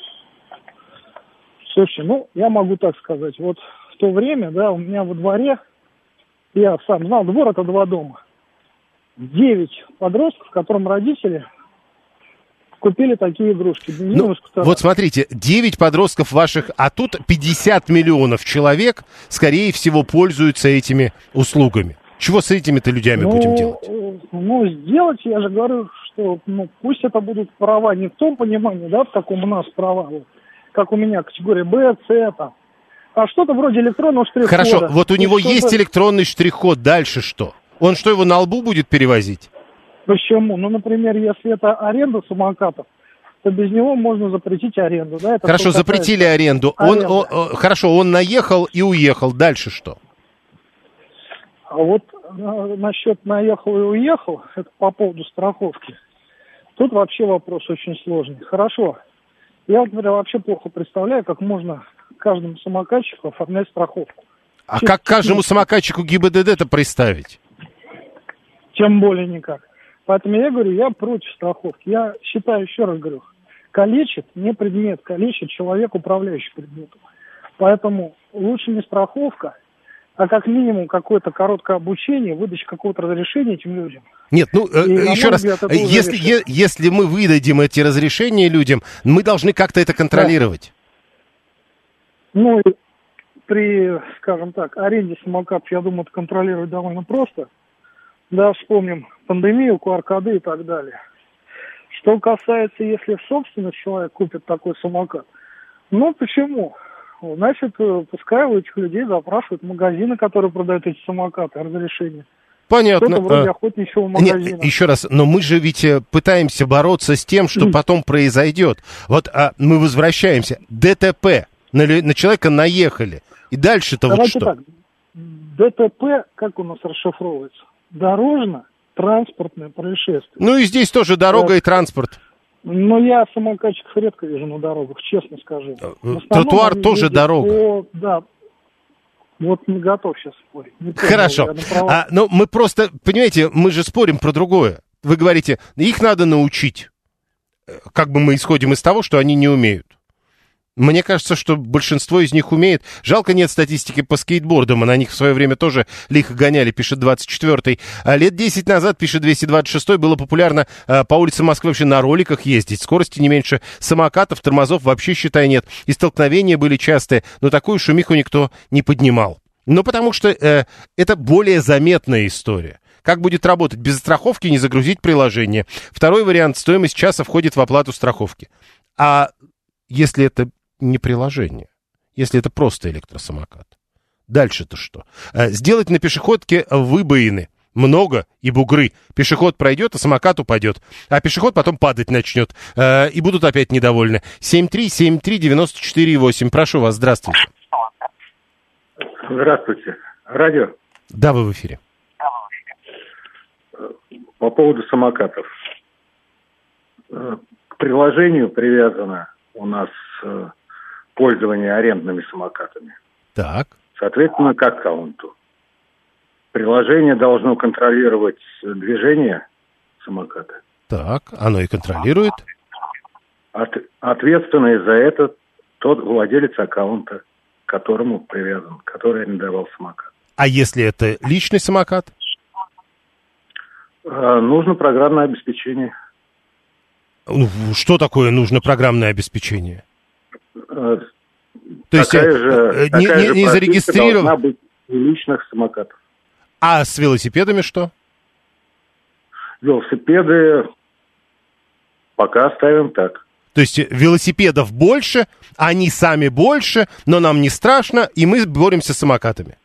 Слушай, ну, я могу так сказать. Вот в то время, да, у меня во дворе, я сам знал, двор — это два дома. Девять подростков, которым родители купили такие игрушки. Ну, вот смотрите, девять подростков ваших, а тут пятьдесят миллионов человек, скорее всего, пользуются этими услугами. Чего с этими-то людьми ну, будем делать? Ну, сделать, я же говорю, что ну, пусть это будут права не в том понимании, да, в каком у нас права, вот, как у меня категория Б, С, там, а что-то вроде электронного штрих-кода. Хорошо, вот у него что-то... есть электронный штрих-код, дальше что? Он что, его на лбу будет перевозить? Почему? Ну, например, если это аренда самокатов, то без него можно запретить аренду. Да? Это Хорошо, запретили аренду. Он, он, он, хорошо, он наехал и уехал. Дальше что? А вот э, насчет наехал и уехал, это по поводу страховки. Тут вообще вопрос очень сложный. Хорошо. Я, например, вообще плохо представляю, как можно каждому самокатчику оформлять страховку. А Чуть- как каждому самокатчику ГИБДД-то представить? Тем более никак. Поэтому я говорю, я против страховки. Я считаю, еще раз говорю, калечит не предмет, калечит человек, управляющий предметом. Поэтому лучше не страховка, а как минимум какое-то короткое обучение, выдача какого-то разрешения этим людям. Нет, ну, э, И, еще раз, взгляд, это если, е- если мы выдадим эти разрешения людям, мы должны как-то это контролировать. Да. Ну, и при, скажем так, аренде самокатов, я думаю, это контролировать довольно просто. Да, вспомним пандемию, ку ар коды и так далее. Что касается, если в собственность человек купит такой самокат, ну, почему? Значит, пускай у этих людей запрашивают магазины, которые продают эти самокаты, разрешение. Понятно. Что-то вроде А, охотничьего магазина. Нет, еще раз, но мы же ведь э, пытаемся бороться с тем, что потом произойдет. Вот а, мы возвращаемся. ДТП. На, лю- на человека наехали. И дальше-то вот Давайте что? так. ДТП, как у нас расшифровывается? Дорожно-транспортное происшествие. Ну и здесь тоже дорога Да. и транспорт. Но я самокатчиков редко вижу на дорогах, честно скажу. В основном Тротуар они тоже ездят дорога. по- да. Вот не готов сейчас спорить. Не помню, Хорошо. я на правах. А, ну, мы просто, понимаете, мы же спорим про другое. Вы говорите, их надо научить. Э, Как бы мы исходим из того, что они не умеют. Мне кажется, что большинство из них умеет. Жалко, нет статистики по скейтбордам, а на них в свое время тоже лихо гоняли, пишет двадцать четвёртый. А лет десять назад, пишет двести двадцать шестой, было популярно а, по улице Москвы вообще на роликах ездить. Скорости не меньше самокатов, тормозов вообще, считай, нет. И столкновения были частые, но такую шумиху никто не поднимал. Ну, потому что э, это более заметная история. Как будет работать? Без страховки не загрузить приложение. Второй вариант. Стоимость часа входит в оплату страховки. А если это не приложение, если это просто электросамокат, дальше-то что? Сделать на пешеходке выбоины. много и бугры. Пешеход пройдет, а самокат упадет. А пешеход потом падать начнет. Э, и будут опять недовольны. семь три семь три девяносто четыре восемь. Прошу вас, здравствуйте. Здравствуйте. Радио? Да, вы в эфире. По поводу самокатов. К приложению привязано у нас пользование арендными самокатами. Так. Соответственно, к аккаунту. Приложение должно контролировать движение самоката. Так, оно и контролирует. От, ответственный за это тот владелец аккаунта, к которому привязан, который арендовал самокат. А если это личный самокат? А, нужно программное обеспечение. Что такое нужно программное обеспечение? А, То есть же, не, не, не зарегистрирован... должна быть у личных самокатов. А с велосипедами что? Велосипеды пока оставим так. То есть велосипедов больше, они сами больше, но нам не страшно, и мы боремся с самокатами.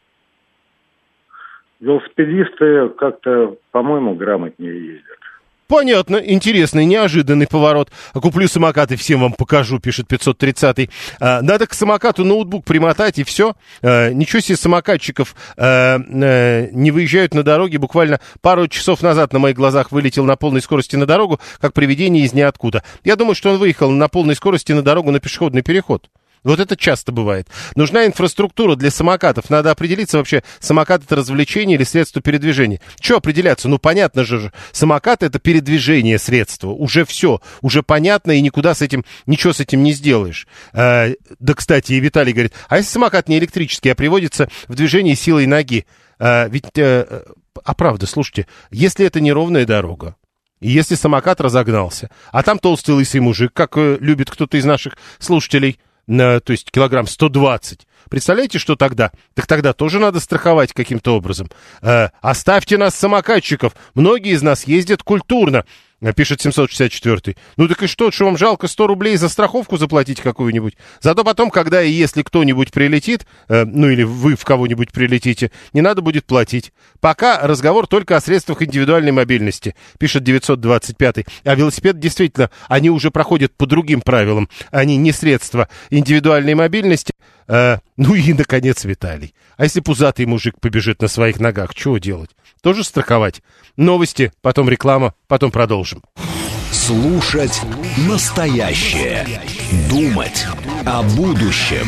Велосипедисты как-то, по-моему, грамотнее ездят. Понятно, интересный, неожиданный поворот. Куплю самокат и всем вам покажу, пишет пятьсот тридцатый. А, надо к самокату ноутбук примотать и все. А, ничего себе, самокатчиков а, а, не выезжают на дороге. Буквально пару часов назад на моих глазах вылетел на полной скорости на дорогу, как привидение из ниоткуда. Я думаю, что он выехал на полной скорости на дорогу на пешеходный переход. Вот это часто бывает. Нужна инфраструктура для самокатов. Надо определиться вообще, самокат это развлечение или средство передвижения. Че определяться? Ну, понятно же, самокат это передвижение средства. Уже все, уже понятно, и никуда с этим, ничего с этим не сделаешь. А, да, кстати, и Виталий говорит, а если самокат не электрический, а приводится в движение силой ноги? А, ведь, а, а правда, слушайте, если это неровная дорога, и если самокат разогнался, а там толстый лысый мужик, как э, любит кто-то из наших слушателей, на, то есть килограмм сто двадцать. Представляете, что тогда? Так тогда тоже надо страховать каким-то образом. Э, оставьте нас, самокатчиков. Многие из нас ездят культурно, пишет семьсот шестьдесят четвёртый. Ну так и что, что вам жалко сто рублей за страховку заплатить какую-нибудь? Зато потом, когда и если кто-нибудь прилетит, э, ну или вы в кого-нибудь прилетите, не надо будет платить. Пока разговор только о средствах индивидуальной мобильности, пишет девятьсот двадцать пятый. А велосипед действительно, они уже проходят по другим правилам. Они не средства индивидуальной мобильности. Э, ну и, наконец, Виталий. А если пузатый мужик побежит на своих ногах, чего делать? Тоже страховать? Новости, потом реклама, потом продолжим. Слушать настоящее. Думать о будущем.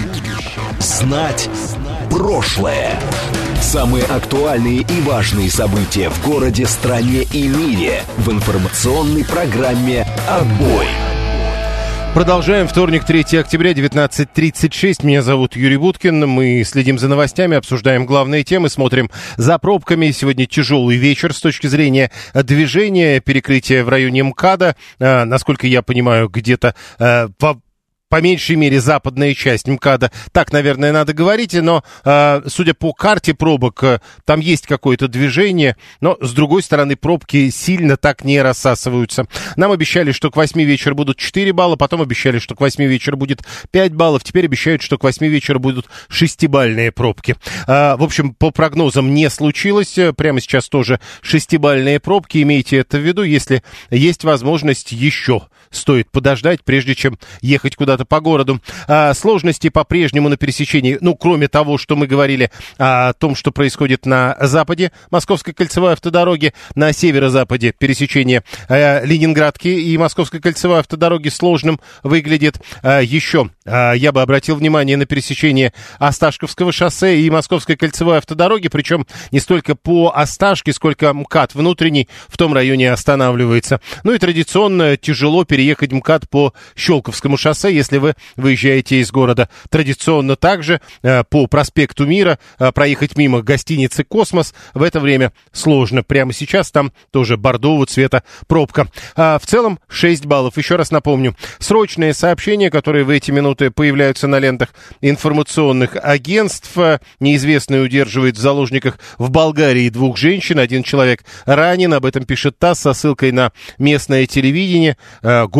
Знать прошлое. Самые актуальные и важные события в городе, стране и мире в информационной программе «Отбой». Продолжаем. Вторник, третьего октября, девятнадцать тридцать шесть. Меня зовут Юрий Буткин. Мы следим за новостями, обсуждаем главные темы, смотрим за пробками. Сегодня тяжелый вечер с точки зрения движения, перекрытия в районе МКАДа. А, насколько я понимаю, где-то а, по... по меньшей мере, западная часть МКАДа. Так, наверное, надо говорить, но, э, судя по карте пробок, э, там есть какое-то движение, но, с другой стороны, пробки сильно так не рассасываются. Нам обещали, что к восьми вечера будут четыре балла, потом обещали, что к восьми вечера будет пять баллов, теперь обещают, что к восьми вечера будут шестибалльные пробки. Э, в общем, по прогнозам не случилось, прямо сейчас тоже шестибалльные пробки, имейте это в виду, если есть возможность еще. Стоит подождать, прежде чем ехать куда-то по городу. А, сложности по-прежнему на пересечении, ну, кроме того, что мы говорили о том, что происходит на западе Московской кольцевой автодороги, на северо-западе пересечение а, Ленинградки и Московской кольцевой автодороги сложным выглядит. А, еще а, я бы обратил внимание на пересечение Осташковского шоссе и Московской кольцевой автодороги, причем не столько по Осташке, сколько МКАД внутренний в том районе останавливается. Ну и традиционно тяжело пересечение переехать МКАД по Щелковскому шоссе, если вы выезжаете из города. Традиционно также э, по проспекту Мира э, проехать мимо гостиницы «Космос» в это время сложно. Прямо сейчас там тоже бордового цвета пробка. А в целом шесть баллов. Еще раз напомню, срочные сообщения, которые в эти минуты появляются на лентах информационных агентств. Неизвестный удерживает в заложниках в Болгарии двух женщин. Один человек ранен. Об этом пишет ТАСС со ссылкой на местное телевидение. Город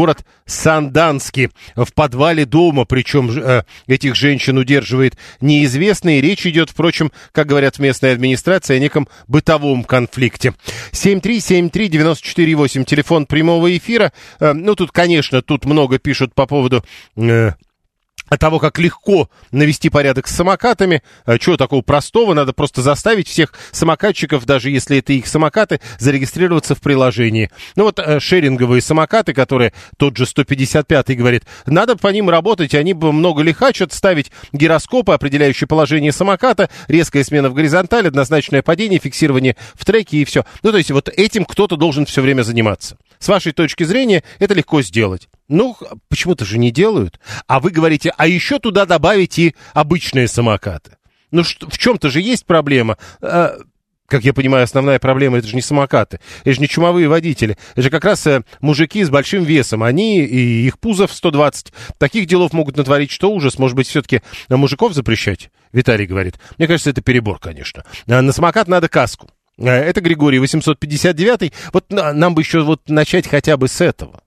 Санданске в подвале дома, причем э, этих женщин удерживает неизвестный. Речь идет, впрочем, как говорят в местной администрации, о неком бытовом конфликте. семь три семь три девять четыре восемь, телефон прямого эфира. Э, ну, тут, конечно, тут много пишут по поводу... Э, того, как легко навести порядок с самокатами. Чего такого простого? Надо просто заставить всех самокатчиков, даже если это их самокаты, зарегистрироваться в приложении. Ну вот шеринговые самокаты, которые тот же сто пятьдесят пятый говорит, надо по ним работать, они бы много лихачат, ставить гироскопы, определяющие положение самоката, резкая смена в горизонталь, однозначное падение, фиксирование в треке и все. Ну то есть вот этим кто-то должен все время заниматься. С вашей точки зрения это легко сделать. Ну, почему-то же не делают. А вы говорите, а еще туда добавить и обычные самокаты. Ну, что, в чем-то же есть проблема. А, как я понимаю, основная проблема, это же не самокаты. Это же не чумовые водители. Это же как раз а, мужики с большим весом. Они и их пузо в сто двадцать. Таких делов могут натворить, что ужас. Может быть, все-таки мужиков запрещать? Виталий говорит. Мне кажется, это перебор, конечно. А, на самокат надо каску. А, это Григорий восемьсот пятьдесят девятый. Вот нам бы еще вот начать хотя бы с этого.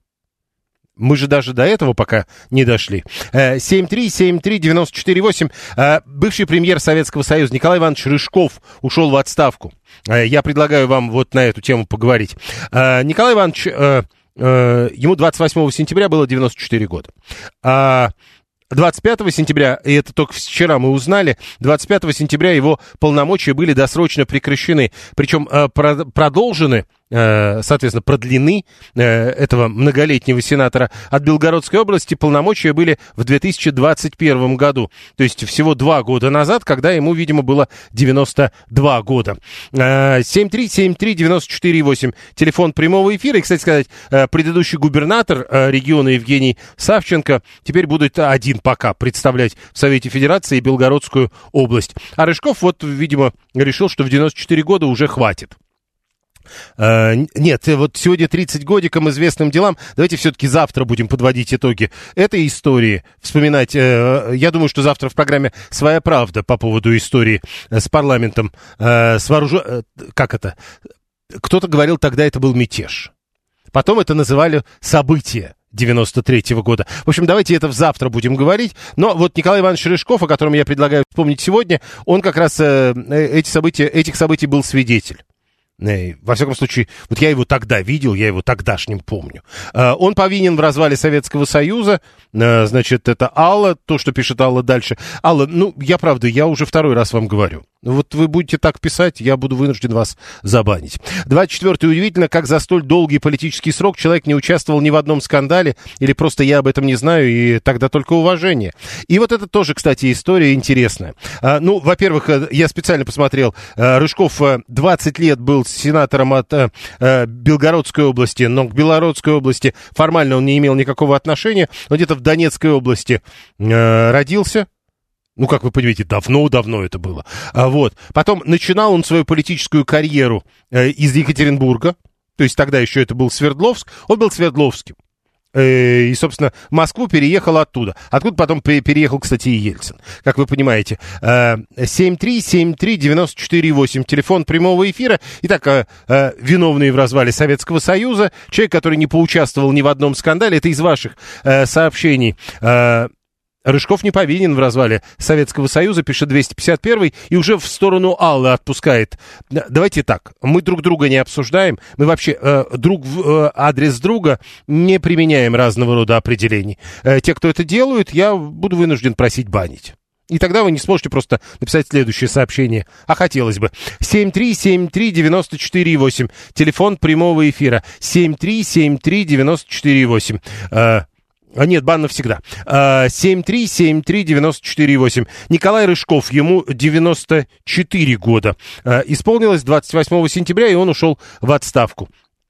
Мы же даже до этого пока не дошли. семь три семь три девять четыре восемь. Бывший премьер Советского Союза Николай Иванович Рыжков ушел в отставку. Я предлагаю вам вот на эту тему поговорить. Николай Иванович, ему двадцать восьмого сентября было девяносто четыре года. двадцать пятого сентября, и это только вчера мы узнали, двадцать пятого сентября его полномочия были досрочно прекращены. Причем продолжены, соответственно, продлены этого многолетнего сенатора от Белгородской области. Полномочия были в две тысячи двадцать первом году. То есть всего два года назад, когда ему, видимо, было девяносто два года. семь три семь три девять четыре восемь. Телефон прямого эфира. И, кстати сказать, предыдущий губернатор региона Евгений Савченко теперь будет один пока представлять в Совете Федерации Белгородскую область. А Рыжков, вот, видимо, решил, что в девяносто четыре года уже хватит. Uh, нет, вот сегодня тридцать годикам известным делам. Давайте все-таки завтра будем подводить итоги этой истории, вспоминать. Uh, я думаю, что завтра в программе «Своя правда» по поводу истории uh, с парламентом, uh, с вооруж... uh, как это? Кто-то говорил, тогда это был мятеж. Потом это называли события девяносто третьего года. В общем, давайте это завтра будем говорить. Но вот Николай Иванович Рыжков, о котором я предлагаю вспомнить сегодня, он как раз uh, эти события, этих событий был свидетель. Во всяком случае, вот я его тогда видел, я его тогдашним помню. Он повинен в развале Советского Союза. Значит, это Алла, то, что пишет Алла дальше. Алла, ну, я правда, я уже второй раз вам говорю. Вот вы будете так писать, я буду вынужден вас забанить. двадцать четвёртый. Удивительно, как за столь долгий политический срок человек не участвовал ни в одном скандале, или просто я об этом не знаю, и тогда только уважение. И вот это тоже, кстати, история интересная. А, ну, во-первых, я специально посмотрел, Рыжков двадцать лет был сенатором от а, Белгородской области, но к Белгородской области формально он не имел никакого отношения. Он где-то в Донецкой области а, родился. Ну, как вы понимаете, давно-давно это было. А, вот. Потом начинал он свою политическую карьеру э, из Екатеринбурга. То есть тогда еще это был Свердловск. Он был Свердловским. Э, и, собственно, в Москву переехал оттуда. Откуда потом переехал, кстати, и Ельцин. Как вы понимаете. Э, семь три семь три девять четыре восемь. Телефон прямого эфира. Итак, э, э, виновные в развале Советского Союза. Человек, который не поучаствовал ни в одном скандале. Это из ваших э, сообщений. Э, Рыжков не повинен в развале Советского Союза, пишет двести пятьдесят первый, и уже в сторону Аллы отпускает. Давайте так, мы друг друга не обсуждаем, мы вообще э, друг в э, адрес друга не применяем разного рода определений. Э, те, кто это делают, я буду вынужден просить банить. И тогда вы не сможете просто написать следующее сообщение. А хотелось бы. семь три семь три девять четыре восемь. Телефон прямого эфира. семь три семь три девять четыре восемь. Э, А нет, бан навсегда. семь три семь три девять четыре восемь. Николай Рыжков, ему девяносто четыре года. Исполнилось двадцать восьмого сентября, и он ушел в отставку.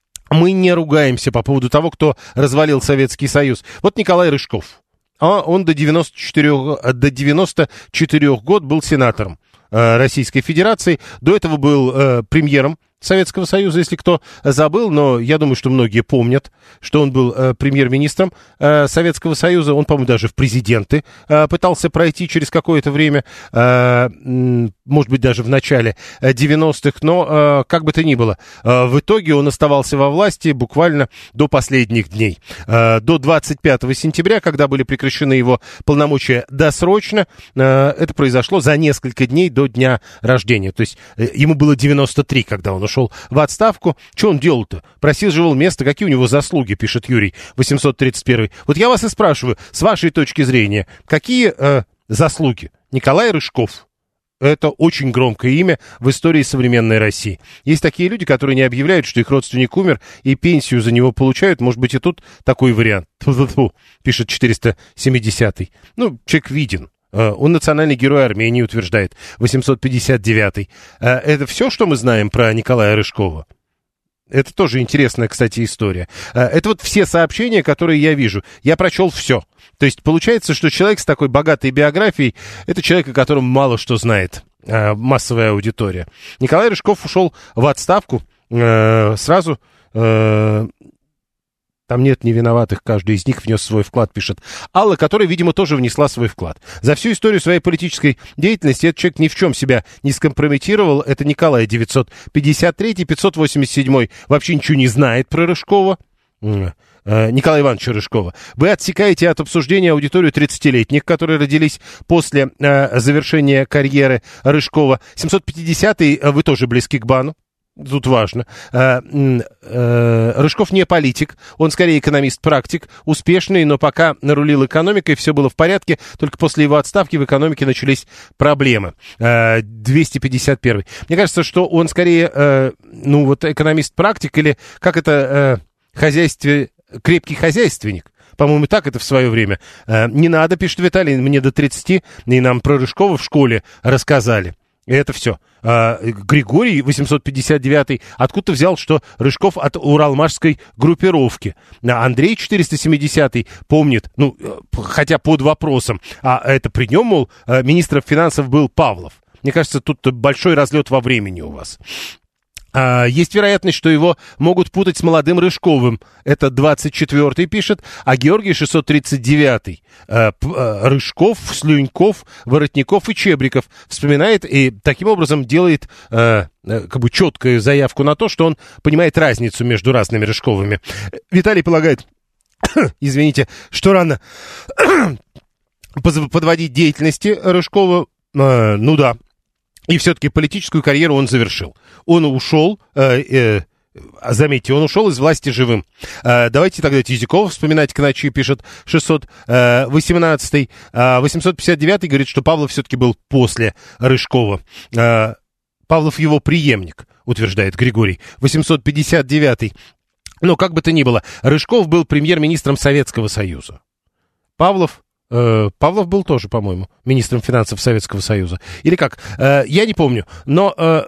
Мы не ругаемся по поводу того, кто развалил Советский Союз. Вот Николай Рыжков. Он до девяноста четырёх, до девяноста четырёх год был сенатором Российской Федерации. До этого был премьером Советского Союза, если кто забыл, но я думаю, что многие помнят, что он был э, премьер-министром э, Советского Союза. Он, по-моему, даже в президенты э, пытался пройти через какое-то время. Э, может быть, даже в начале девяностых, но э, как бы то ни было, э, в итоге он оставался во власти буквально до последних дней. Э, до двадцать пятого сентября, когда были прекращены его полномочия досрочно, э, это произошло за несколько дней до дня рождения. То есть э, ему было девяносто три, когда он ушел в отставку. Что он делал-то? Просиживал место, какие у него заслуги, пишет Юрий восемьсот тридцать один. Вот я вас и спрашиваю, с вашей точки зрения, какие э, заслуги? Николай Рыжков. Это очень громкое имя в истории современной России. Есть такие люди, которые не объявляют, что их родственник умер, и пенсию за него получают. Может быть, и тут такой вариант. Фу-фу-фу, пишет четыреста семидесятый. Ну, человек виден. Он национальный герой Армении, утверждает восемьсот пятьдесят девятый. Это все, что мы знаем про Николая Рыжкова? Это тоже интересная, кстати, история. Это вот все сообщения, которые я вижу. Я прочел все. То есть получается, что человек с такой богатой биографией, это человек, о котором мало что знает э, массовая аудитория. Николай Рыжков ушел в отставку э, сразу. Э, там нет невиноватых, каждый из них внес свой вклад, пишет Алла, которая, видимо, тоже внесла свой вклад. За всю историю своей политической деятельности этот человек ни в чем себя не скомпрометировал. Это Николай девятьсот пятьдесят третий, пятьсот восемьдесят седьмой вообще ничего не знает про Рыжкова. Николая Ивановича Рыжкова. Вы отсекаете от обсуждения аудиторию тридцатилетних, которые родились после э, завершения карьеры Рыжкова. семьсот пятидесятый вы тоже близки к бану. Тут важно. Э, э, Рыжков не политик, он скорее экономист-практик, успешный, но пока нарулил экономикой, все было в порядке, только после его отставки в экономике начались проблемы. Э, двести пятьдесят первый. Мне кажется, что он скорее, э, ну вот экономист-практик или как это... Э, хозяйстве, крепкий хозяйственник. По-моему, так это в свое время. Э, не надо, пишет Виталий, мне до тридцати, и нам про Рыжкова в школе рассказали. И это все. Э, Григорий восемьсот пятьдесят девятый откуда-то взял, что Рыжков от уралмашской группировки. Андрей четыреста семидесятый помнит, ну, хотя под вопросом, а это при нем, мол, министром финансов был Павлов. Мне кажется, тут большой разлет во времени у вас. Есть вероятность, что его могут путать с молодым Рыжковым. Это двадцать четвёртый пишет, а Георгий шестьсот тридцать девятый. Рыжков, Слюньков, Воротников и Чебриков вспоминает и таким образом делает как бы четкую заявку на то, что он понимает разницу между разными Рыжковыми. Виталий полагает, извините, что рано подводить деятельности Рыжкова. Ну да. И все-таки политическую карьеру он завершил. Он ушел, э, э, заметьте, он ушел из власти живым. Э, давайте тогда Тизякова вспоминать к ночи, пишет шестьсот восемнадцатый. Э, восемьсот пятьдесят девятый говорит, что Павлов все-таки был после Рыжкова. Э, Павлов его преемник, утверждает Григорий. восемьсот пятьдесят девятый. Но как бы то ни было, Рыжков был премьер-министром Советского Союза. Павлов... Павлов был тоже, по-моему, министром финансов Советского Союза. Или как? Я не помню. Но э,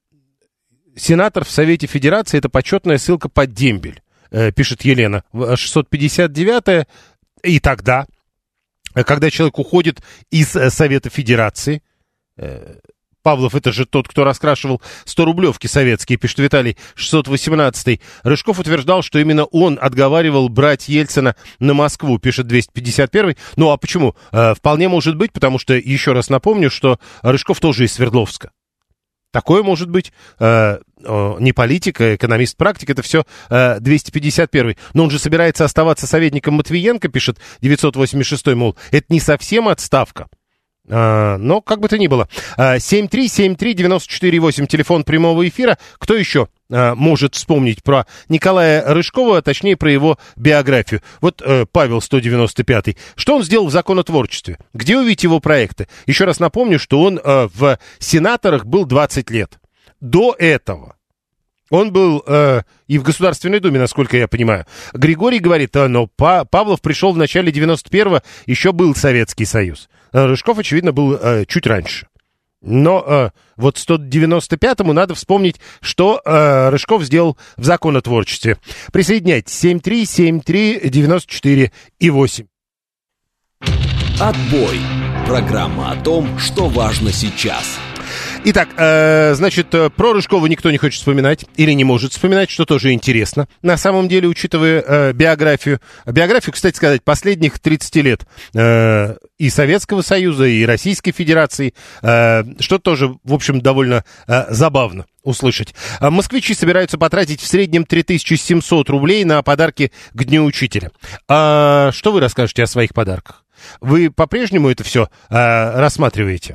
сенатор в Совете Федерации — это почетная ссылка под дембель, э, пишет Елена. шестьсот пятьдесят девятый. И тогда, когда человек уходит из Совета Федерации... Э, Павлов — это же тот, кто раскрашивал сто-рублевки советские, пишет Виталий, шестьсот восемнадцатый. Рыжков утверждал, что именно он отговаривал брать Ельцина на Москву, пишет двести пятьдесят первый. Ну а почему? Э, вполне может быть, потому что, еще раз напомню, что Рыжков тоже из Свердловска. Такое может быть. Э, э, не политик, а экономист-практик, это все э, двести пятьдесят первый. Но он же собирается оставаться советником Матвиенко, пишет девятьсот восемьдесят шестой, мол, это не совсем отставка. А, но как бы то ни было. семь три семь три девяносто четыре восемь, телефон прямого эфира. Кто еще а, может вспомнить про Николая Рыжкова, а точнее про его биографию? Вот а, Павел сто девяносто пятый. Что он сделал в законотворчестве? Где увидеть его проекты? Еще раз напомню, что он а, в сенаторах был двадцать лет. До этого он был э, и в Государственной Думе, насколько я понимаю. Григорий говорит, а, но Па- Павлов пришел в начале девяносто первого, еще был Советский Союз. Рыжков, очевидно, был э, чуть раньше. Но э, вот сто девяносто пятому надо вспомнить, что э, Рыжков сделал в законотворчестве. Присоединяйтесь. семь три семь три девяносто четыре и восемь. Отбой. Программа о том, что важно сейчас. Итак, э, значит, про Рыжкова никто не хочет вспоминать или не может вспоминать, что тоже интересно. На самом деле, учитывая э, биографию. Биографию, кстати сказать, последних тридцати лет э, и Советского Союза, и Российской Федерации, э, что тоже, в общем, довольно э, забавно услышать. Москвичи собираются потратить в среднем три тысячи семьсот рублей на подарки к Дню Учителя. А что вы расскажете о своих подарках? Вы по-прежнему это все а, рассматриваете?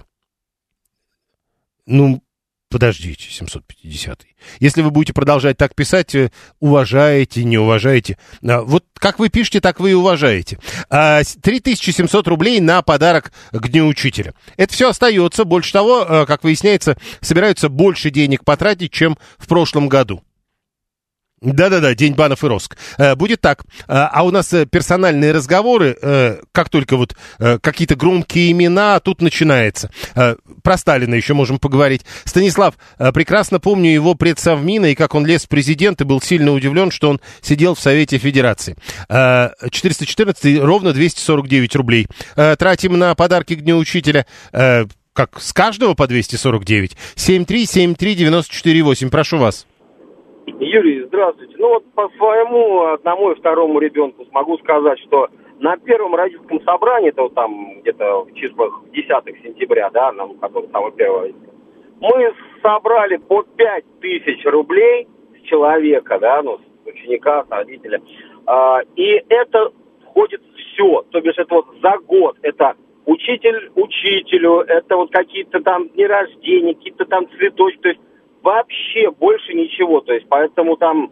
Ну, подождите, семьсот пятидесятый. Если вы будете продолжать так писать, уважаете, не уважаете. Вот как вы пишете, так вы и уважаете. три тысячи семьсот рублей на подарок к Дню Учителя. Это все остается. Больше того, как выясняется, собираются больше денег потратить, чем в прошлом году. Да-да-да, День банов и роск. Э, будет так. А, а у нас э, персональные разговоры, э, как только вот э, какие-то громкие имена, тут начинается. Э, про Сталина еще можем поговорить. Станислав, э, прекрасно помню его предсовмина и как он лез в президент и был сильно удивлен, что он сидел в Совете Федерации. Э, четыреста четырнадцать, ровно двести сорок девять рублей. Э, тратим на подарки к Дню Учителя. Э, как, с каждого по двести сорок девять? семь три семь три девять четыре восемь. Прошу вас. Юрий, здравствуйте. Ну вот по своему одному и второму ребенку смогу сказать, что на первом родительском собрании, это вот там где-то в числах десятых сентября, да, ну, которое самое первое, мы собрали по пять тысяч рублей с человека, да, ну, с ученика, с родителя. А, и это входит все, то бишь это вот за год, это учитель учителю, это вот какие-то там дни рождения, какие-то там цветочки, то есть вообще больше ничего, то есть поэтому там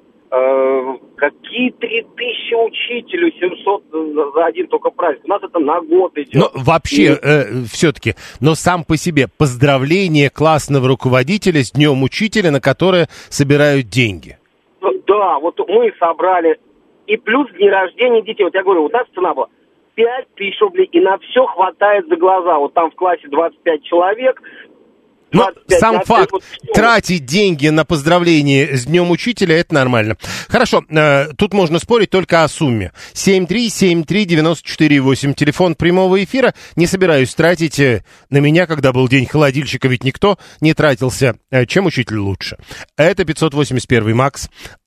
э, какие три тысячи учителю, семьсот за один только праздник, у нас это на год идет. Но вообще, э, все-таки, но сам по себе поздравление классного руководителя с Днем Учителя, на которое собирают деньги. Да, вот мы собрали, и плюс дни рождения детей, вот я говорю, у нас цена была пять тысяч рублей, и на все хватает за глаза, вот там в классе двадцать пять человек. Но сам факт, вот тратить деньги на поздравление с Днем Учителя, это нормально. Хорошо, э, тут можно спорить только о сумме. семь три семь три девять четыре восемь, телефон прямого эфира. Не собираюсь тратить э, на меня, когда был день холодильщика, ведь никто не тратился. Э, чем учитель лучше? Это пятьсот восемьдесят первый Макс.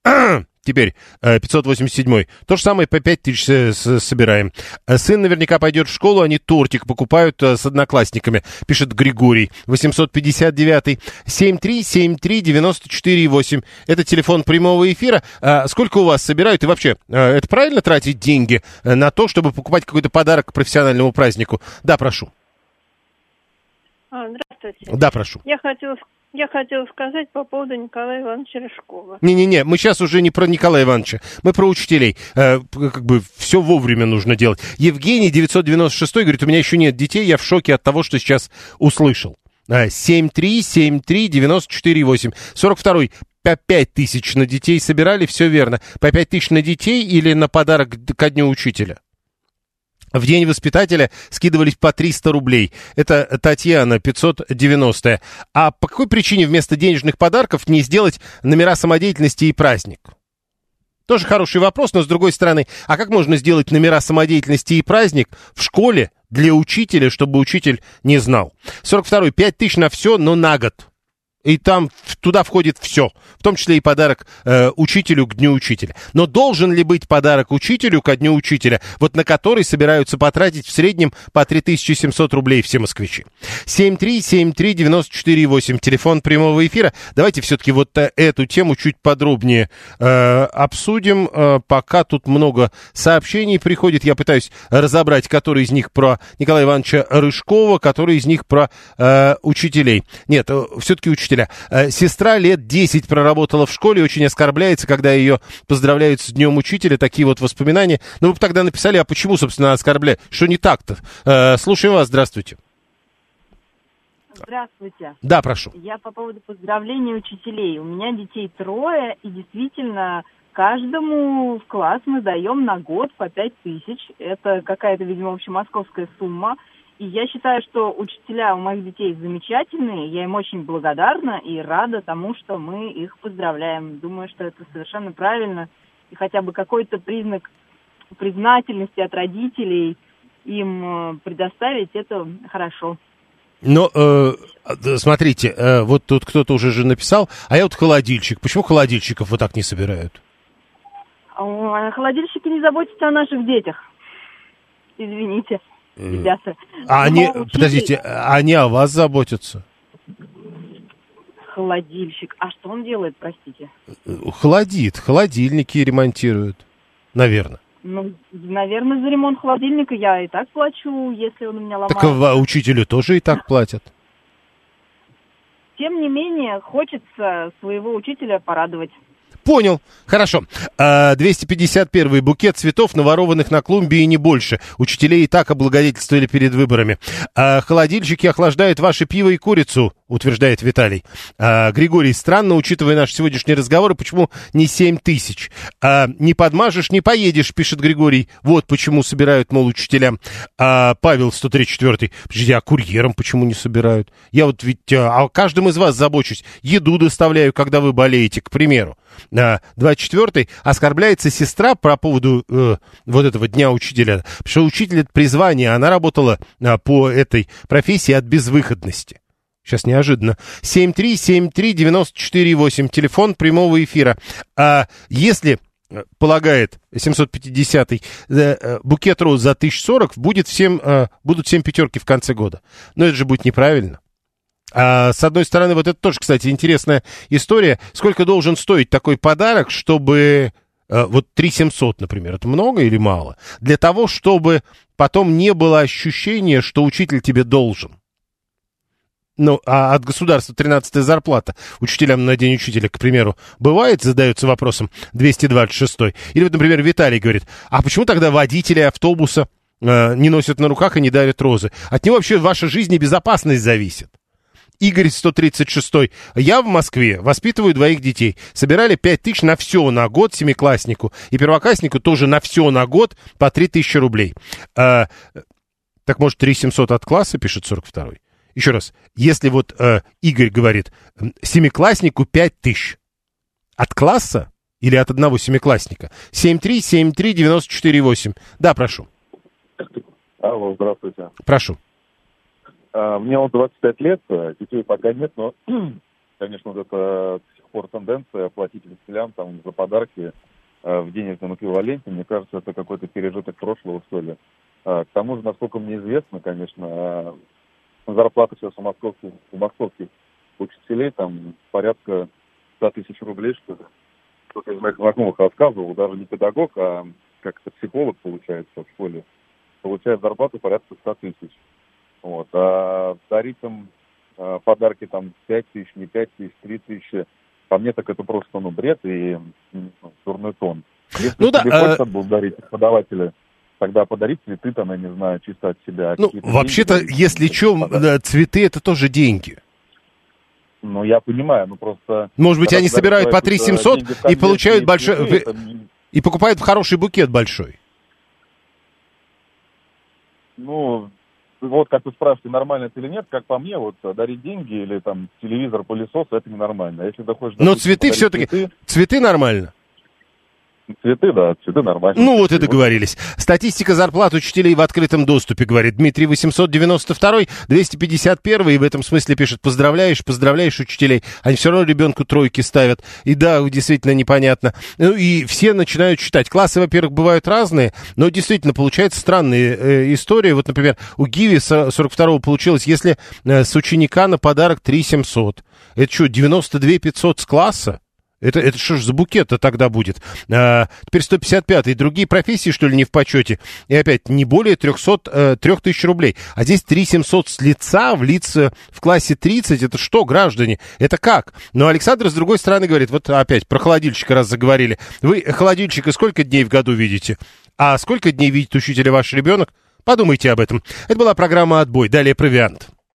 Теперь э, пятьсот восемьдесят седьмой. То же самое по пять тысяч собираем. Сын наверняка пойдет в школу, они тортик покупают э, с одноклассниками, пишет Григорий. восемьсот пятьдесят девятый. семь три семь три девять четыре восемь. Это телефон прямого эфира. Э, сколько у вас собирают? И вообще, э, это правильно тратить деньги э, на то, чтобы покупать какой-то подарок к профессиональному празднику? Да, прошу. А, здравствуйте. Да, прошу. Я хотела Я хотела сказать по поводу Николая Ивановича Рыжкова. Не-не-не, мы сейчас уже не про Николая Ивановича, мы про учителей. Э, как бы все вовремя нужно делать. Евгений девятьсот девяносто шесть говорит, у меня еще нет детей, я в шоке от того, что сейчас услышал. семь три семь три девять четыре восемь. сорок второй. По пять тысяч на детей собирали, все верно. По пять тысяч на детей или на подарок ко Дню Учителя? В день воспитателя скидывались по триста рублей. Это Татьяна, пятьсот девяносто. А по какой причине вместо денежных подарков не сделать номера самодеятельности и праздник? Тоже хороший вопрос, но с другой стороны, а как можно сделать номера самодеятельности и праздник в школе для учителя, чтобы учитель не знал? сорок второй. пять тысяч на все, но на год. И там туда входит все, в том числе и подарок э, учителю к Дню Учителя. Но должен ли быть подарок учителю ко Дню Учителя, вот на который собираются потратить в среднем по три тысячи семьсот рублей все москвичи? семь три семь три девять четыре восемь, телефон прямого эфира. Давайте все-таки вот эту тему чуть подробнее э, обсудим, э, пока тут много сообщений приходит. Я пытаюсь разобрать, который из них про Николая Ивановича Рыжкова, который из них про э, учителей. Нет, э, все-таки учителей. Сестра лет десять проработала в школе, очень оскорбляется, когда ее поздравляют с Днем Учителя, такие вот воспоминания. Ну, вы бы тогда написали, а почему, собственно, оскорбляют? Что не так-то? Слушаем вас, здравствуйте. Здравствуйте. Да, прошу. Я по поводу поздравления учителей. У меня детей трое, и действительно каждому в класс мы даем на год по пять тысяч. Это какая-то, видимо, общемосковская сумма. И я считаю, что учителя у моих детей замечательные, я им очень благодарна и рада тому, что мы их поздравляем. Думаю, что это совершенно правильно. И хотя бы какой-то признак признательности от родителей им предоставить, это хорошо. Но, э, смотрите, э, вот тут кто-то уже же написал, а я вот холодильщик. Почему холодильщиков вот так не собирают? А холодильщики не заботятся о наших детях. Извините, ребята. А они, Но подождите, они о вас заботятся? Холодильщик. А что он делает, простите? Холодит, холодильники ремонтируют, наверное. Ну, наверное, за ремонт холодильника я и так плачу, если он у меня ломается. Так а учителю тоже и так платят. Тем не менее, хочется своего учителя порадовать. Понял. Хорошо. двести пятьдесят первый. Букет цветов, наворованных на клумбе, и не больше. Учителей и так облагодетельствовали перед выборами. Холодильщики охлаждают ваше пиво и курицу, утверждает Виталий. Григорий, странно, учитывая наши сегодняшние разговоры, почему не семь тысяч? Не подмажешь, не поедешь, пишет Григорий. Вот почему собирают, мол, учителям. Павел, сто тридцать четвёртый. Подождите, а курьерам почему не собирают? Я вот ведь о каждом из вас забочусь. Еду доставляю, когда вы болеете, к примеру. двадцать четвёртый. Оскорбляется сестра по поводу э, вот этого дня учителя. Потому что учитель — это призвание. Она работала э, по этой профессии от безвыходности. Сейчас неожиданно. семь три семь три девяносто четыре восемь. Телефон прямого эфира. А если, полагает семьсот пятидесятый, э, букет роз за тысячу сорок, будет всем, э, будут всем пятерки в конце года. Но это же будет неправильно. А, с одной стороны, вот это тоже, кстати, интересная история. Сколько должен стоить такой подарок, чтобы... А, вот три тысячи семьсот, например, это много или мало? Для того, чтобы потом не было ощущения, что учитель тебе должен. Ну, а от государства тринадцатая зарплата учителям на День учителя, к примеру, бывает, задается вопросом двести двадцать шестой. Или вот, например, Виталий говорит, а почему тогда водители автобуса э, не носят на руках и не дарят розы? От него вообще ваша жизнь и безопасность зависит. Игорь, сто тридцать шестой. Я в Москве воспитываю двоих детей. Собирали пять тысяч на все на год семикласснику. И первокласснику тоже на все на год по три тысячи рублей. А, так может, три тысячи семьсот от класса, пишет сорок второй. Еще раз. Если вот а, Игорь говорит, семикласснику пять тысяч. От класса или от одного семиклассника? семь три семь три девяносто четыре восемь. Да, прошу. Алло, здравствуйте. Прошу. Мне вот двадцать пять лет, детей пока нет, но, конечно, вот это до сих пор тенденция платить учителям там за подарки в денежном эквиваленте, мне кажется, это какой-то пережиток прошлого, что ли. К тому же, насколько мне известно, конечно, зарплата сейчас у московских, у московских учителей там порядка ста тысяч рублей, что ли. Кто-то из моих знакомых рассказывал, даже не педагог, а как-то психолог, получается, в школе, получает зарплату порядка ста тысяч. Вот. А дарить им а, подарки там пять тысяч, не пять тысяч, три тысячи, по мне так это просто, ну, бред и ну, дурной тон. Если ну, тебе да, хочется а... благодарить преподавателя, тогда подарить цветы там, я не знаю, чисто от себя. Ну, вообще-то, деньги, если что, да, цветы — это тоже деньги. Ну, я понимаю, ну просто... Может быть, они собирают по три тысячи семьсот и получают большой... Цветы, это... И покупают хороший букет большой. Ну... Вот, как вы спрашиваете, нормально это или нет, как по мне, вот дарить деньги или там телевизор, пылесос, это ненормально. А если ты хочешь... Но цветы все-таки... Цветы... цветы нормально. Цветы, да, цветы нормально. Ну, вот и договорились. Статистика зарплат учителей в открытом доступе, говорит Дмитрий, восемьсот девяносто второй, двести пятьдесят первый, и в этом смысле пишет, поздравляешь, поздравляешь учителей. Они все равно ребенку тройки ставят. И да, действительно непонятно. Ну, и все начинают читать. Классы, во-первых, бывают разные, но действительно получается странные э, истории. Вот, например, у Гиви сорок второго получилось, если э, с ученика на подарок три тысячи семьсот. Это что, девяносто две тысячи пятьсот с класса? Это, это что ж за букет-то тогда будет? А, теперь сто пятьдесят пятый. Другие профессии, что ли, не в почете? И опять, не более трехсот, трёх тысяч рублей. А здесь три тысячи семьсот с лица, в лица в классе тридцать. Это что, граждане? Это как? Но Александр, с другой стороны, говорит, вот опять про холодильщика раз заговорили. Вы холодильщика сколько дней в году видите? А сколько дней видит учителя ваш ребенок? Подумайте об этом. Это была программа «Отбой». Далее провиант.